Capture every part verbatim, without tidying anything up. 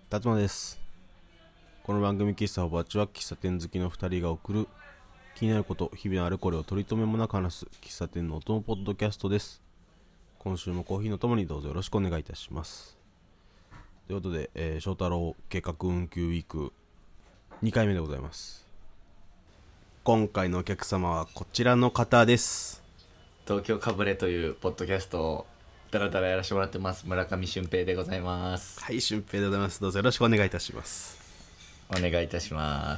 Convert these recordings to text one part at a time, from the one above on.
達馬です。この番組喫茶おばちは喫茶店好きのふたりが送る気になること、日々のあれこれを取り留めもなく話す喫茶店のお供ポッドキャストです。今週もコーヒーのともにどうぞよろしくお願いいたします。ということで、えー、翔太郎計画運休ウィークにかいめでございます。今回のお客様はこちらの方です。 東京かぶれというポッドキャストをだらだらやらせてもらってます村上俊平でございます。 はい、俊平でございます。どうぞよろしくお願いいたします。 お願いいたします、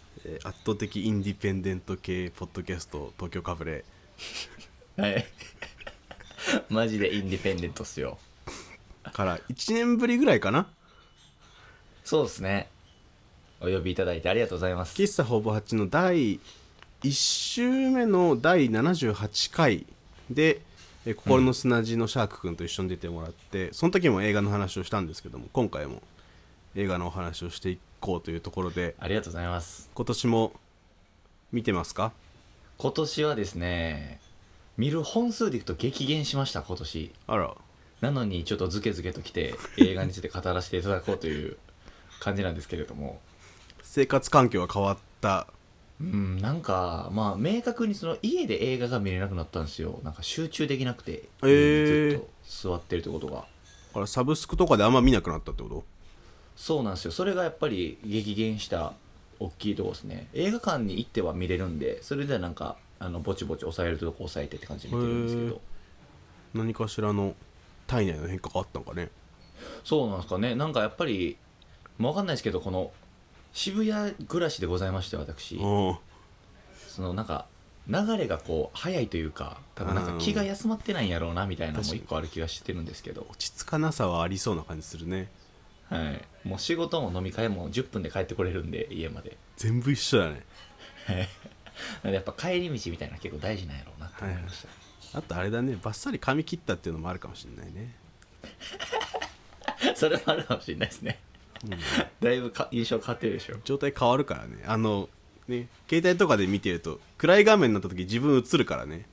えー、圧倒的インディペンデント系ポッドキャスト東京かぶれはいマジでインディペンデントっすよからいちねんぶりぐらいかな。 そうですね、お呼びいただいてありがとうございます。 喫茶ほぼはちのだいいっ週目のだいななじゅうはちかいでえ心の砂地のシャーク君と一緒に出てもらって、うん、その時も映画の話をしたんですけども、今回も映画のお話をしていこうというところで、 ありがとうございます。 今年も見てますか？ 今年はですね、見る本数でいくと激減しました今年。 あら。 なのにちょっとズケズケときて映画について語らせていただこうという感じなんですけれども生活環境が変わった。 うん、なんかまあ明確にその家で映画が見れなくなったんですよ。なんか集中できなくて、 えー、 ずっと座ってるってことが。 あら、サブスクとかであんま見なくなったってこと？ そうなんですよ。それがやっぱり激減した大きいところですね。映画館に行っては見れるんで、それではなんかあのぼちぼち抑えるとこ抑えてって感じで見てるんですけど、 何かしらの体内の変化があったのかね。 そうなんですかね。なんかやっぱりもう分かんないですけど、この渋谷暮らしでございまして私、そのなんか流れがこう早いというか、多分なんか気が休まってないんやろうなみたいなのも一個ある気がしてるんですけど、 落ち着かなさはありそうな感じするね。 はい、もう仕事も飲み会もじゅっぷんで帰ってこれるんで家まで全部一緒だねなんでやっぱ帰り道みたいな結構大事なんやろうなって思いました、はい、 あとあれだね、バッサリ髪切ったっていうのもあるかもしれないねそれもあるかもしれないですね、うん、だいぶか印象変わってるでしょ。 状態変わるからね。あのね、携帯とかで見てると暗い画面になった時自分映るからね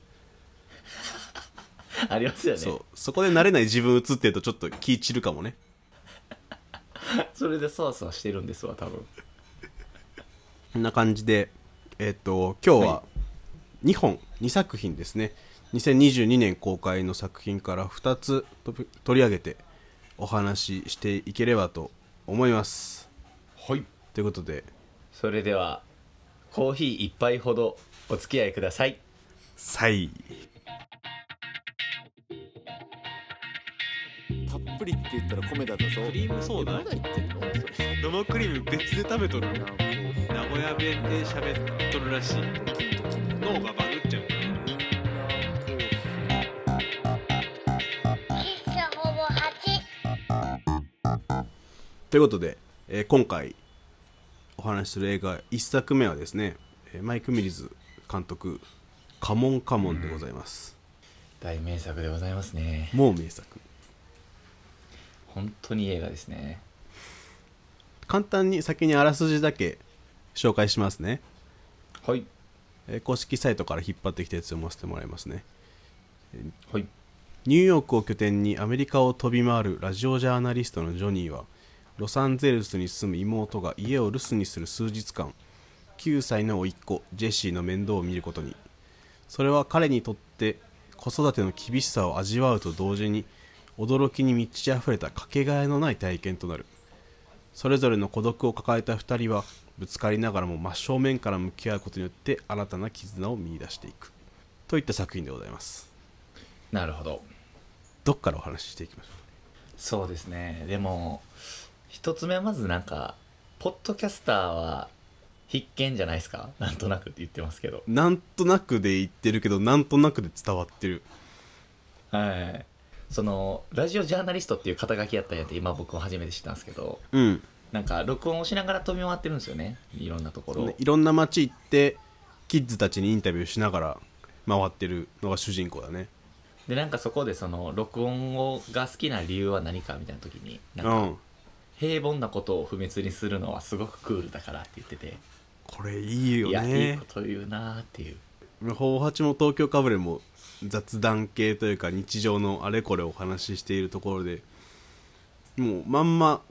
ありますよね。 そう、そこで慣れない自分映ってるとちょっと気散るかもねそれでそわそわしてるんですわ多分。 こんな感じでえっと今日はにほんにさく品ですね。にせんにじゅうにねん公開の作品からふたつ取り上げてお話ししていければと思います。 はい、 ということで、 それではコーヒー一杯ほどお付き合いください。 さい。 たっぷりって言ったら米だったぞ。 クリームソーダ。 まだ言ってんのそれ。 生クリーム別で食べとる。名古屋弁で喋っとるらしい。脳がバグっちゃう。ということで、えー、今回お話しする映画いっさくめはですね、マイク・ミリズ監督、カモンカモンでございます、 うん、大名作でございますね。 もう名作。 本当に映画ですね。 簡単に先にあらすじだけ紹介しますね。 はい、 えー、公式サイトから引っ張ってきたやつを読ませてもらいますね。 はい。 ニューヨークを拠点にアメリカを飛び回るラジオジャーナリストのジョニーは、ロサンゼルスに住む妹が家を留守にする数日間、きゅうさいの甥っ子ジェシーの面倒を見ることに。それは彼にとって子育ての厳しさを味わうと同時に驚きに満ち溢れたかけがえのない体験となる。それぞれの孤独を抱えたふたりはぶつかりながらも真正面から向き合うことによって新たな絆を見出していくといった作品でございます。 なるほど。 どっからお話ししていきましょう。 そうですね。でも一つ目はまずなんかポッドキャスターは必見じゃないですか。なんとなくって言ってますけど、 なんとなくで言ってるけどなんとなくで伝わってる。 はい。そのラジオジャーナリストっていう肩書きやったんやって今僕も初めて知ったんですけど、 うん、 なんか録音をしながら飛び回ってるんですよね、いろんなところ、 ね、いろんな街行ってキッズたちにインタビューしながら回ってるのが主人公だね。 でなんかそこでその録音をが好きな理由は何かみたいな時になんか、うん、平凡なことを不滅にするのはすごくクールだからって言ってて、 これいいよね。 いやいいこと言うなーっていう。 ほぼはちも東京かぶれも雑談系というか日常のあれこれをお話ししているところで、もうまんま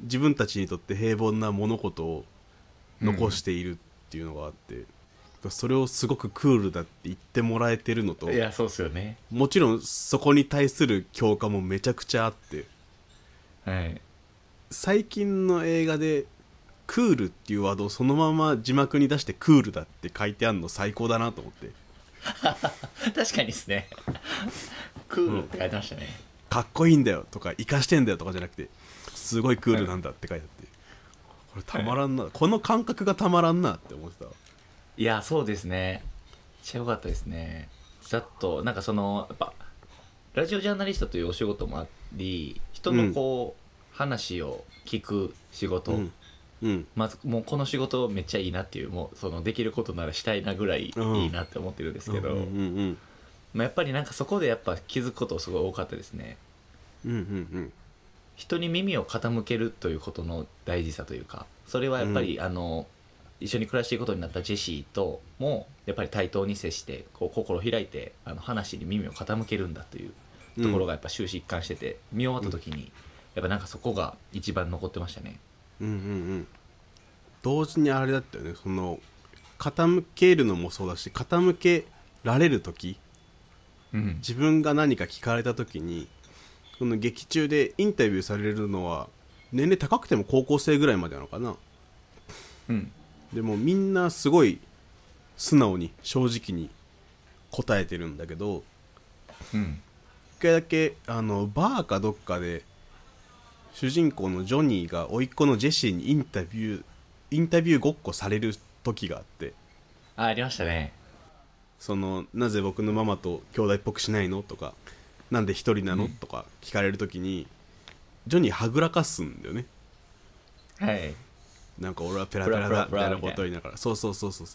自分たちにとって平凡な物事を残しているっていうのがあって、うん、それをすごくクールだって言ってもらえてるのと、 いやそうっすよね、 もちろんそこに対する共感もめちゃくちゃあって、 はい、 最近の映画でクールっていうワードをそのまま字幕に出してクールだって書いてあるの最高だなと思って。 確かにですねクールって書いてましたね、 うん、かっこいいんだよとか生かしてんだよとかじゃなくてすごいクールなんだって書いてあって、これたまらんな、この感覚がたまらんなって思ってた。 いやそうですね、めっちゃ良かったですね。ざっとなんかそのやっぱラジオジャーナリストというお仕事もあり、人のこう、うん、話を聞く仕事、うんうん、まずもうこの仕事めっちゃいいなっていう、もうそのできることならしたいなぐらいいいなって思ってるんですけど、うんうんうんうん、まあ、やっぱりなんかそこでやっぱ気づくことすごい多かったですね、うんうんうん、人に耳を傾けるということの大事さというか、それはやっぱり、うん、あの一緒に暮らしていくことになったジェシーともやっぱり対等に接してこう心を開いてあの話に耳を傾けるんだというところがやっぱ終始一貫してて、見終わった時にやっぱなんかそこが一番残ってましたね。 うんうんうん。同時にあれだったよね、その傾けるのもそうだし、傾けられる時、うん、自分が何か聞かれた時に、その劇中でインタビューされるのは年齢高くても高校生ぐらいまでなのかな、うん、でもみんなすごい素直に正直に答えてるんだけど、うん、一回だけあのバーかどっかで主人公のジョニーが甥っ子のジェシーにインタビューインタビューごっこされる時があって、 あ、ありましたね。 そのなぜ僕のママと兄弟っぽくしないのとか、なんで一人なの、うん、とか聞かれる時にジョニーはぐらかすんだよね。 はい。 なんか俺はペラペラだみたいなことを言いながら、そうそうそうそうそう、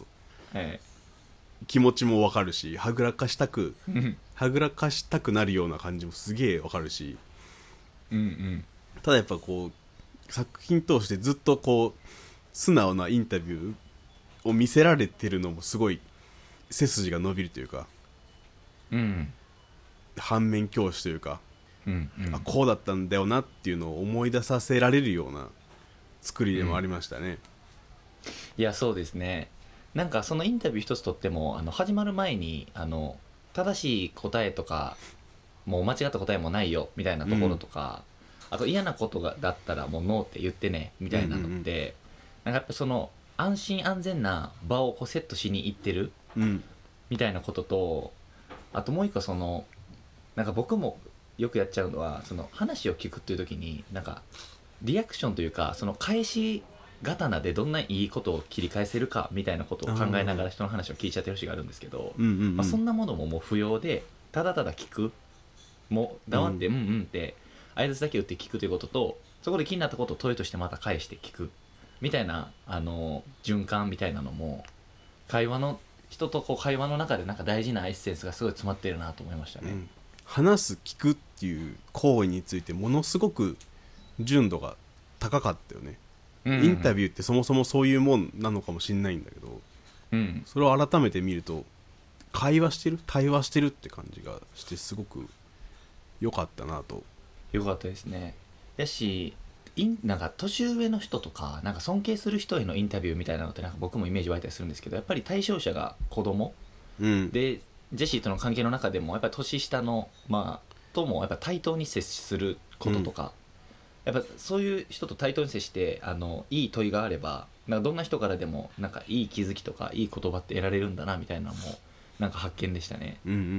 はい、気持ちもわかるし、はぐらかしたくはぐらかしたくなるような感じもすげえわかるし、うんうん、ただやっぱこう作品通してずっとこう素直なインタビューを見せられてるのもすごい背筋が伸びるというか、うん、反面教師というか、うんうん、あこうだったんだよなっていうのを思い出させられるような作りでもありましたね、 うん、いやそうですね。なんかそのインタビュー一つとってもあの始まる前にあの正しい答えとかもう間違った答えもないよみたいなところとか、うん、あと嫌なことがだったらもうノーって言ってねみたいなのって、うんうんうん、なんかやっぱその安心安全な場をこうセットしに行ってる、うん、みたいなことと、あともう一個そのなんか僕もよくやっちゃうのはその話を聞くっていう時になんかリアクションというかその返し刀でどんないいことを切り返せるかみたいなことを考えながら人の話を聞いちゃってる節があるんですけど、うんうんうん、まあ、そんなものももう不要でただただ聞く、もう黙ってうんうんって相槌だけ打って聞くということと、そこで気になったことを問いとしてまた返して聞くみたいなあの循環みたいなのも会話の人とこう会話の中でなんか大事なエッセンスがすごい詰まってるなと思いましたね、うん、 話す聞くっていう行為についてものすごく純度が高かったよね、うんうん、インタビューってそもそもそういうもんなのかもしれないんだけど、うん、それを改めて見ると会話してる対話してるって感じがしてすごく良かったなと。 良かったですね。やしインなんか年上の人とかなんか尊敬する人へのインタビューみたいなのってなんか僕もイメージ湧いたりするんですけど、やっぱり対象者が子供、うん、でジェシーとの関係の中でもやっぱり年下のまあともやっぱ対等に接することとか、うん、やっぱそういう人と対等に接してあのいい問いがあればなんかどんな人からでもなんかいい気づきとかいい言葉って得られるんだなみたいなのもなんか発見でしたね。 うんうんうんうん。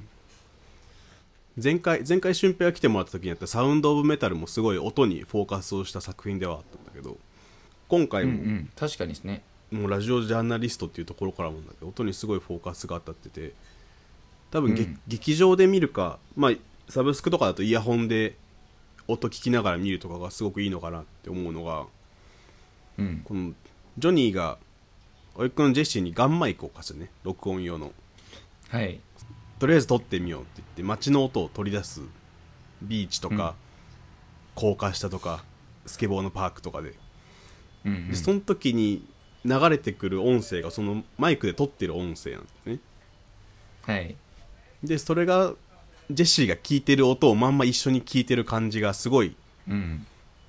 前回前回俊平が来てもらった時にやったサウンドオブメタルもすごい音にフォーカスをした作品ではあったんだけど、今回も、うんうん、 確かにですね、 もうラジオジャーナリストっていうところからもだけど音にすごいフォーカスが当たってて、多分、うん、劇場で見るか、まあ、サブスクとかだとイヤホンで音聞きながら見るとかがすごくいいのかなって思うのが、うん、このジョニーが甥っ子のジェシーにガンマイクを貸すね、録音用の、はい、とりあえず撮ってみようって言って街の音を取り出す、ビーチとか、うん、高架下とかスケボーのパークとかで、うんうん、でその時に流れてくる音声がそのマイクで撮ってる音声なんですね。はい。でそれがジェシーが聞いてる音をまんま一緒に聞いてる感じがすごい、うん、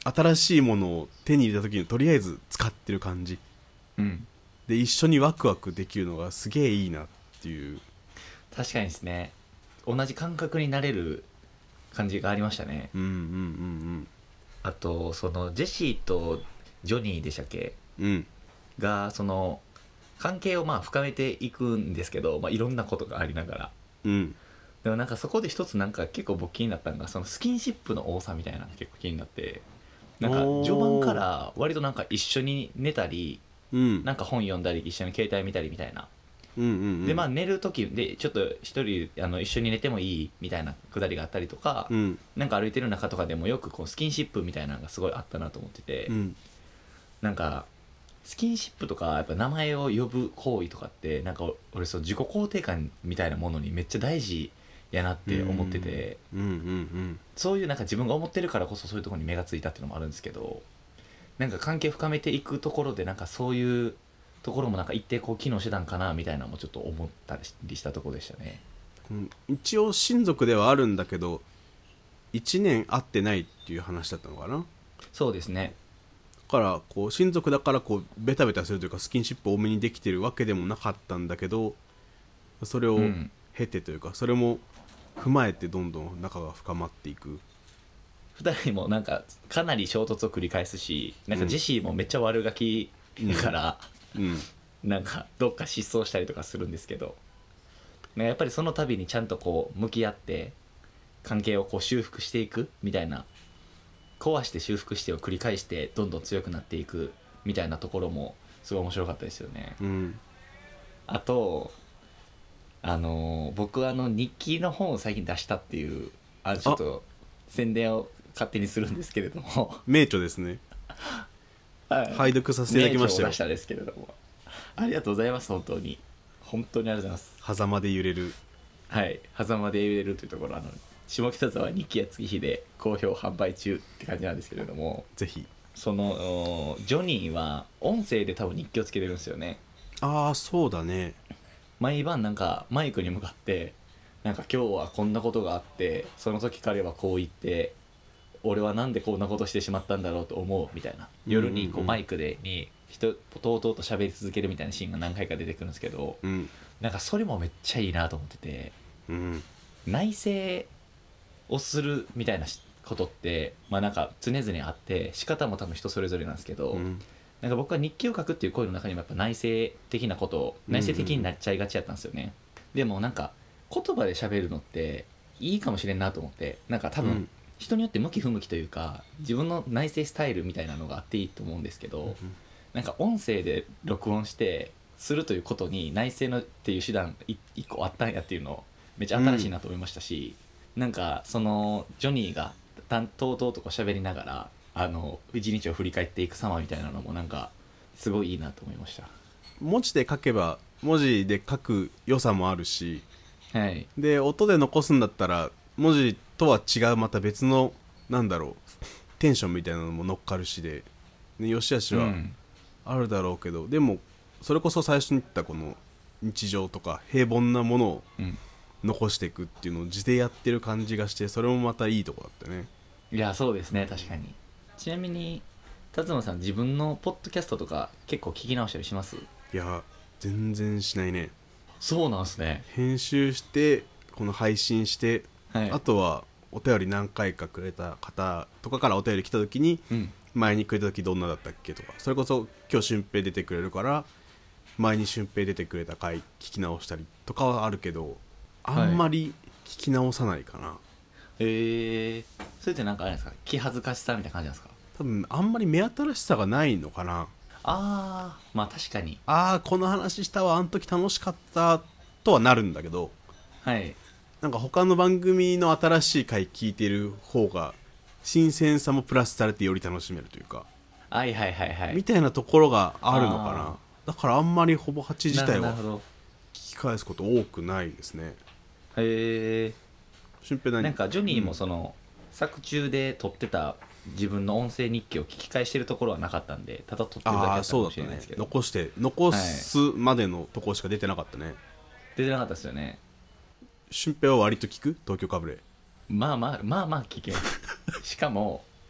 新しいものを手に入れた時にとりあえず使ってる感じうんで一緒にワクワクできるのがすげえいいなっていう。 確かにですね、同じ感覚になれる感じがありましたね。 うんうんうんあとそのジェシーとジョニーでしたっけうんうんがその関係をまあ深めていくんですけど、まあ、いろんなことがありながら、 うんでもなんかそこで一つなんか結構僕気になったのがそのスキンシップの多さみたいなのが結構気になって、なんかおー序盤から割となんか一緒に寝たりうんなんか本読んだり一緒に携帯見たりみたいな、 うんうんうんでまあ寝る時でちょっと一人あの一緒に寝てもいいみたいなくだりがあったりとか、 うんなんか歩いてる中とかでもよくこうスキンシップみたいなのがすごいあったなと思ってて、 うんなんかスキンシップとかやっぱ名前を呼ぶ行為とかってなんか俺そう自己肯定感みたいなものにめっちゃ大事やなって思ってて、 うんうんうんそういうなんか自分が思ってるからこそそういうところに目がついたっていうのもあるんですけど、なんか関係深めていくところでなんかそういうところもなんか一定こう機能してたんかなみたいなのもちょっと思ったりしたところでしたね。 うん一応親族ではあるんだけどいちねん会ってないっていう話だったのかな。 そうですね。 だからこう親族だからこうベタベタするというかスキンシップ多めにできてるわけでもなかったんだけど、それをうん経てというかそれも踏まえてどんどん仲が深まっていく。 ふたりもなんかかなり衝突を繰り返すし、なんかジェシーもめっちゃ悪ガキだから、 うんなんかどっか失踪したりとかするんですけど、なんかやっぱりその度にちゃんとこう向き合って関係をこう修復していくみたいな、壊して修復してを繰り返してどんどん強くなっていくみたいなところもすごい面白かったですよね。 うんあとあのー僕あの日記の本を最近出したっていうあちょっと宣伝を勝手にするんですけれども名著ですね。 はい拝読させていただきましたよ。 名著を出したんですけれども、ありがとうございます。本当に本当にありがとうございます。 狭間で揺れる。 はい狭間で揺れるというところ、あの下北沢日記や月日で好評販売中って感じなんですけれども、 ぜひ。 そのジョニーは音声で多分日記をつけてるんですよね。 ああそうだね。 毎晩なんかマイクに向かってなんか今日はこんなことがあってその時彼はこう言って俺はなんでこんなことしてしまったんだろうと思うみたいな、夜にこうマイクでに人とうとうと喋り続けるみたいなシーンが何回か出てくるんですけど、 うんなんかそれもめっちゃいいなと思ってて、 うん内省をするみたいなことってまあなんか常々あって仕方も多分人それぞれなんですけど、 うんなんか僕は日記を書くっていう行為の中にもやっぱ内省的なことを内省的になっちゃいがちやったんですよね、でもなんか言葉で喋るのっていいかもしれんなと思って、なんか多分、 うん人によって向き不向きというか自分の内省スタイルみたいなのがあっていいと思うんですけど、 うんなんか音声で録音してするということに内省のっていう手段い一個あったんやっていうのめっちゃ新しいなと思いましたし、なんかそのジョニーが担当ととこ喋りながらあの一日を振り返っていく様みたいなのもなんかすごいいいなと思いました。 文字で書けば文字で書く良さもあるし、 はいで音で残すんだったら文字とは違うまた別のなんだろうテンションみたいなのも乗っかるしで、ね、良し悪しはうんあるだろうけど、でもそれこそ最初に言ったこの日常とか平凡なものをうん残していくっていうのを字でやってる感じがして、それもまたいいとこだったね。 いやそうですね確かに。ちなみに辰馬さん自分のポッドキャストとか結構聞き直したりします？ いや全然しないね。 そうなんですね。 編集してこの配信して、 はいあとはお便り何回かくれた方とかからお便り来た時に、 うん前にくれた時どんなだったっけとか、それこそ今日俊平出てくれるから前に俊平出てくれた回聞き直したりとかはあるけど、あんまり聞き直さないかな。 へえー、それってなんかあれですか、気恥ずかしさみたいな感じなんですか？ 多分あんまり目新しさがないのかな。 あーまあ確かに。 あーこの話したわあの時楽しかったとはなるんだけど、 はいなんか他の番組の新しい回聞いてる方が新鮮さもプラスされてより楽しめるというか、 はいはいはいはい。 みたいなところがあるのかな。だからあんまりほぼはち自体はなるほど。 聞き返すこと多くないですね。 へえ。 俊平何なんかジョニーもその、うん、作中で撮ってた自分の音声日記を聞き返してるところはなかったんで、ただ撮ってるだけだったかもしれないですけど、 ね、残して残すまでのところしか出てなかったね、はい、 出てなかったですよね。 俊平は割と聞く東京かぶれ。 まあまあまあまあ聞きますしかも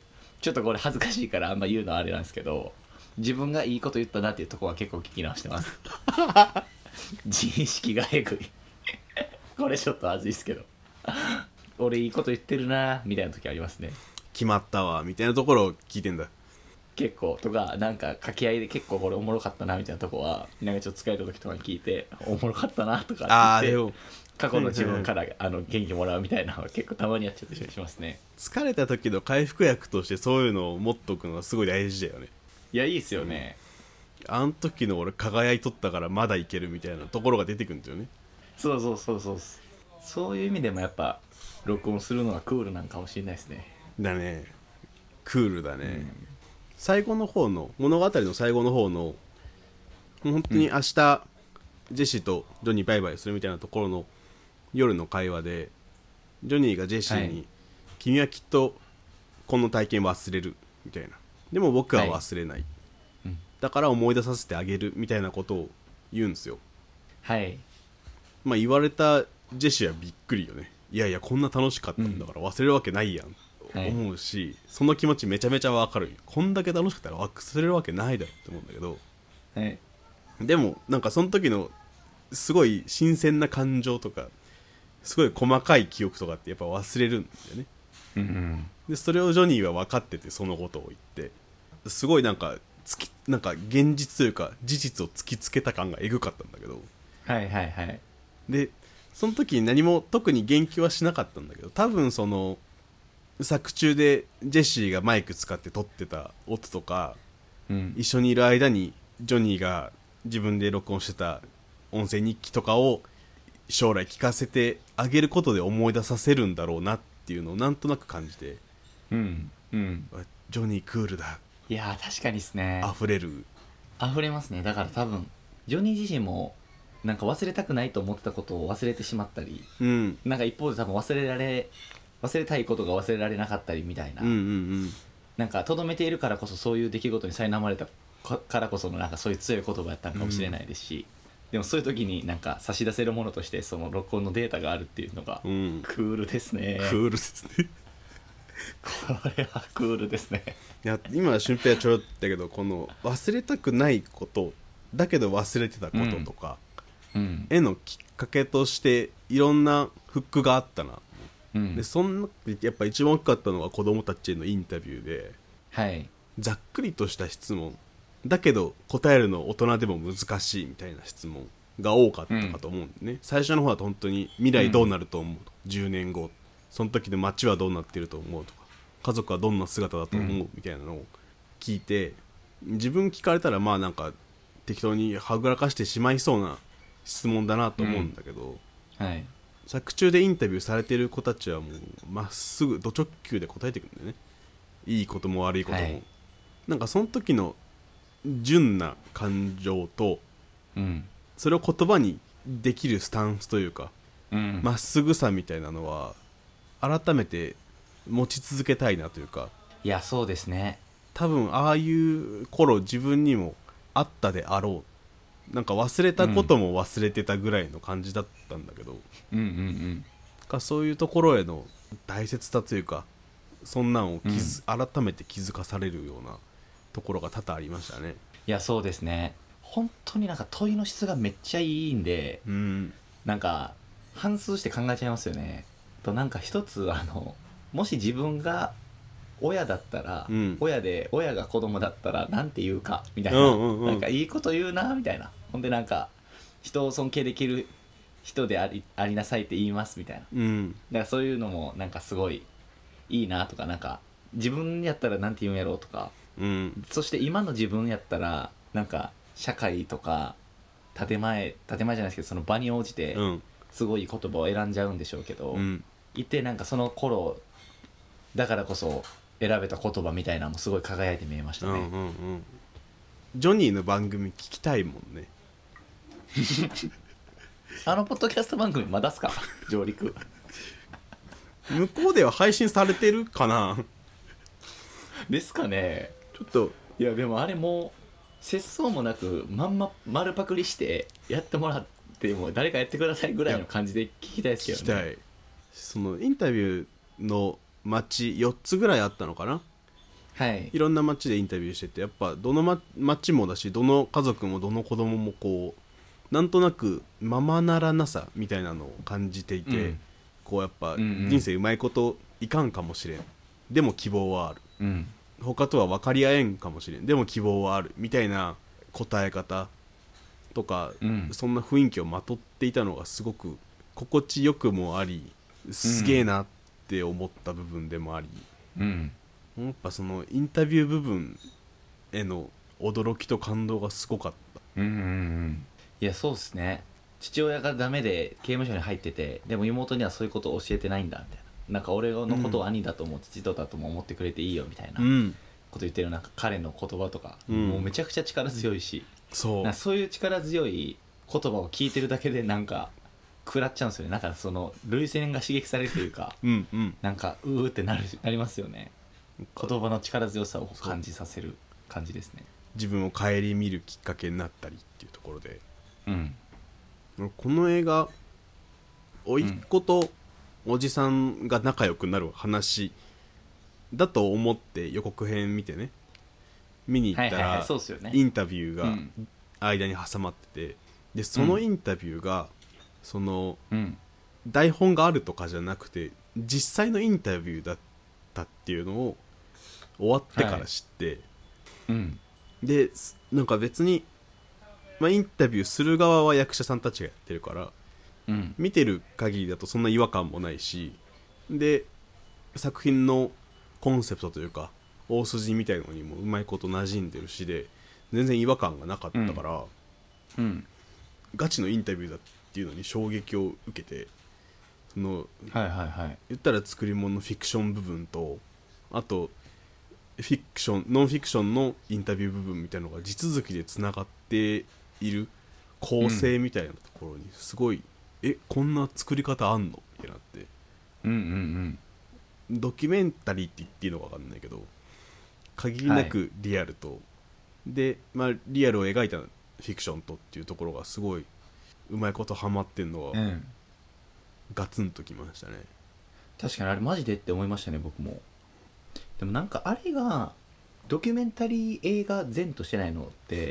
ちょっとこれ恥ずかしいからあんま言うのはあれなんですけど、自分がいいこと言ったなっていうところは結構聞き直してます自意識がえぐいこれちょっと恥ずいですけど俺いいこと言ってるなみたいな時ありますね。 決まったわみたいなところを聞いてんだ。 結構とかなんか掛け合いで結構これおもろかったなみたいなとこはなんかちょっと疲れた時とかに聞いておもろかったなとかって言って過去の自分からあの元気もらうみたいなのは結構たまにやっちゃったりしますね。 疲れた時の回復薬としてそういうのを持っとくのはすごい大事だよね。 いやいいっすよね、 うん、あの時の俺輝いとったからまだいけるみたいなところが出てくるんだよね。 そうそうそうそう、そういう意味でもやっぱ録音するのはクールなんかもしれないですね。 だね、クールだね、うん、最後の方の物語の最後の方の本当に明日、うん、ジェシーとジョニーバイバイするみたいなところの夜の会話でジョニーがジェシーに、はい、君はきっとこの体験忘れるみたいな、でも僕は忘れない、はいうん、だから思い出させてあげるみたいなことを言うんですよ。 はい。 まあ言われたジェシーはびっくりよね。いやいやこんな楽しかったんだから忘れるわけないやん、うん、思うし、はい、その気持ちめちゃめちゃわかる。こんだけ楽しかったら忘れるわけないだろって思うんだけど、 はい、 でもなんかその時のすごい新鮮な感情とかすごい細かい記憶とかってやっぱ忘れるんだよね、 うんうん、 でそれをジョニーは分かっててそのことを言ってすごいなんかつきなんか現実というか事実を突きつけた感がエグかったんだけど、 はいはいはい。 でその時に何も特に言及はしなかったんだけど、多分その作中でジェシーがマイク使って撮ってた音とか、うん、一緒にいる間にジョニーが自分で録音してた音声日記とかを将来聞かせてあげることで思い出させるんだろうなっていうのをなんとなく感じて、 うんうん、 ジョニークールだ、 いや確かにですね、 溢れる溢れますね。だから多分ジョニー自身もなんか忘れたくないと思ってたことを忘れてしまったり、うん、なんか一方で多分忘れられ忘れたいことが忘れられなかったりみたいな、 うんうんうん、 なんかとどめているからこそそういう出来事に苛まれたからこそのなんかそういう強い言葉やったのかもしれないですし、うん、でもそういう時になんか差し出せるものとしてその録音のデータがあるっていうのが、うん、クールですね。 クールですねこれはクールですね。 いや今俊平はちょろっと言ったけど、この忘れたくないことだけど忘れてたこととか、うん、へのきっかけとしていろんなフックがあったな、うん、でそんなやっぱ一番大きかったのは子供たちへのインタビューで、 はい、 ざっくりとした質問だけど答えるの大人でも難しいみたいな質問が多かったかと思うんでね、うん、最初の方は本当に未来どうなると思うと、うん、じゅうねんごその時の街はどうなっていると思うとか家族はどんな姿だと思うみたいなのを聞いて、うん、自分聞かれたらまあなんか適当にはぐらかしてしまいそうな質問だなと思うんだけど、 うん、はい、 作中でインタビューされてる子たちはもうまっすぐド直球で答えてくるんだよね。いいことも悪いことも、はい、なんかその時の純な感情と、うん、それを言葉にできるスタンスというかま、うん、っすぐさみたいなのは改めて持ち続けたいなというか。 いやそうですね、 多分ああいう頃自分にもあったであろう、なんか忘れたことも忘れてたぐらいの感じだったんだけど、 うんうんうん、 かそういうところへの大切さというかそんなんを気づ、うん、改めて気づかされるようなところが多々ありましたね。 いやそうですね、本当になんか問いの質がめっちゃいいんで、うん、なんか反芻して考えちゃいますよね。となんか一つあのもし自分が親だったら、うん、親で親が子供だったらなんて言うかみたいな、うんうんうん、なんかいいこと言うなみたいな、ほんでなんか人を尊敬できる人であり、ありなさいって言いますみたいな、うん、だからそういうのもなんかすごいいいなとか、なんか自分やったらなんて言うんやろうとか、うん、そして今の自分やったらなんか社会とか建前建前じゃないですけどその場に応じてすごい言葉を選んじゃうんでしょうけど、うん、いてなんかその頃だからこそ選べた言葉みたいなのもすごい輝いて見えましたね、うんうんうん、 ジョニーの番組聞きたいもんねあのポッドキャスト番組まだっすか上陸向こうでは配信されてるかなですかね。 ちょっといやでもあれもう節操もなくまんま丸パクリしてやってもらっても誰かやってくださいぐらいの感じで聞きたいですけどね。 聞きたい。そのインタビューの街よっつぐらいあったのかな、 はいいろんな街でインタビューしてて、やっぱどの、ま、街もだしどの家族もどの子供もこうなんとなくままならなさみたいなのを感じていて、うん、こうやっぱ人生うまいこといかんかもしれん、でも希望はある、うん、他とは分かり合えんかもしれん、でも希望はあるみたいな答え方とか、うん、そんな雰囲気をまとっていたのがすごく心地よくもあり、すげえなって思った部分でもあり、うん、やっぱそのインタビュー部分への驚きと感動がすごかった。 うんうんうん、いやそうっすね。父親がダメで刑務所に入ってて、でも妹にはそういうことを教えてないんだみたいな、なんか俺のことを兄だと思う、うん、父とだとも思ってくれていいよみたいなこと言ってる、なんか彼の言葉とか、うん、もうめちゃくちゃ力強いし、うん、そうそういう力強い言葉を聞いてるだけでなんか食らっちゃうんですよね。なんかその涙腺が刺激されるというかうん、うん、なんかうーってなるなりますよね。言葉の力強さを感じさせる感じですね。 自分を顧みるきっかけになったりっていうところで、 うん、 この映画甥っ子とおじさんが仲良くなる話だと思って予告編見てね見に行ったらインタビューが間に挟まってて、でそのインタビューがその台本があるとかじゃなくて実際のインタビューだったっていうのを終わってから知って、はいうん、でなんか別に、まあ、インタビューする側は役者さんたちがやってるから、うん、見てる限りだとそんな違和感もないし、で作品のコンセプトというか大筋みたいのにもうまいこと馴染んでるしで全然違和感がなかったから、うんうん、ガチのインタビューだっていうのに衝撃を受けて、その、はいはいはい、言ったら作り物のフィクション部分とあとフィクションノンフィクションのインタビュー部分みたいなのが地続きでつながっている構成みたいなところにすごい、うん、えこんな作り方あんのってなって、うんうんうん、ドキュメンタリーって言っていいのか分かんないけど限りなくリアルと、はい、で、まあ、リアルを描いたフィクションとっていうところがすごいうまいことハマってんのが、うん、ガツンときましたね。 確かにあれマジでって思いましたね僕も。でもなんかあれがドキュメンタリー映画前としてないのって、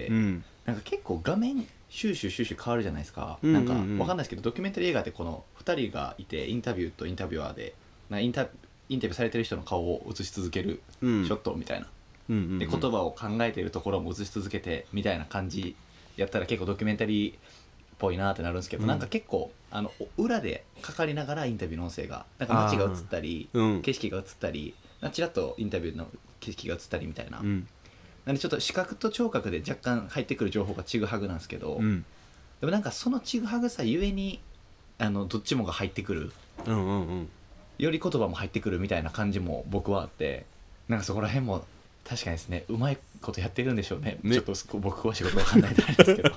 うん、なんか結構画面シューシューシューシュー変わるじゃないですか、うんうんうん、なんかわかんないですけどドキュメンタリー映画ってこのふたりがいてインタビューとインタビュアーでなインタ、インタビューされてる人の顔を映し続けるショットみたいな、うんうんうんうん、で言葉を考えているところも映し続けてみたいな感じやったら結構ドキュメンタリーっぽいなってなるんですけど、うん、なんか結構あの裏でかかりながらインタビューの音声がなんか街が映ったり、うん、景色が映ったりちらっとインタビューの景色が映ったりみたいな、うん、なんでちょっと視覚と聴覚で若干入ってくる情報がちぐはぐなんですけど、うん、でもなんかそのちぐはぐさゆえにあのどっちもが入ってくる、うんうんうん、より言葉も入ってくるみたいな感じも僕はあって、なんかそこら辺も確かにですねうまいことやってるんでしょう ね, ねちょっと僕は仕事わかんないんですけど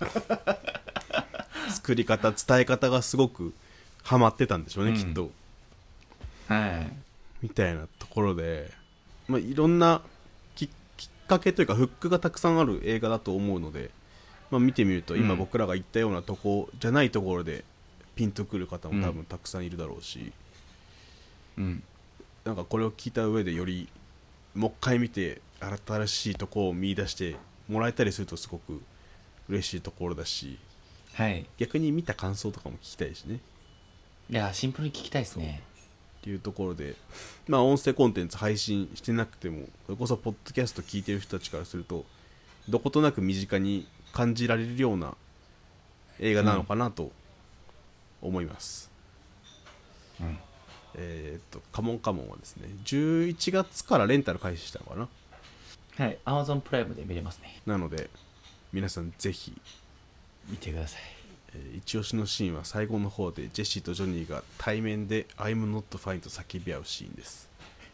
作り方伝え方がすごくハマってたんでしょうね、うん、きっとはいみたいなところで、まあ、いろんな き, きっかけというかフックがたくさんある映画だと思うので、まあ、見てみると今僕らが言ったようなとこじゃないところでピンとくる方も多分たくさんいるだろうし、うん、なんかこれを聞いた上でよりもう一回見て新しいところを見出してもらえたりするとすごく嬉しいところだし、はい、逆に見た感想とかも聞きたいしね。 いやシンプルに聞きたいですねっていうところで、まあ音声コンテンツ配信してなくてもそれこそポッドキャスト聞いてる人たちからするとどことなく身近に感じられるような映画なのかなと思います、うん、えー、っとカモンカモンはですねじゅういちがつからレンタル開始したのかな。 はい、Amazon プライムで見れますね。 なので皆さんぜひ見てください。 一押しのシーンは最後の方でジェシーとジョニーが対面で I'm not fine と叫び合うシーンです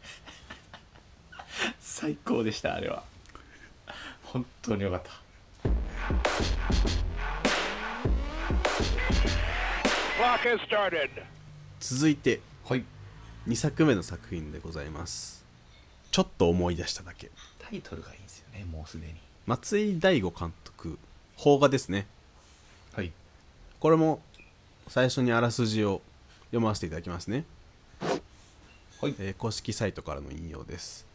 最高でしたあれは。本当によかった。 続いて、 はい、 にさくめの作品でございます。ちょっと思い出しただけ。 タイトルがいいんですよね。もうすでに松井大悟監督邦画ですね。 はい、 これも最初にあらすじを読ませていただきますね。 はい、 えー、公式サイトからの引用です。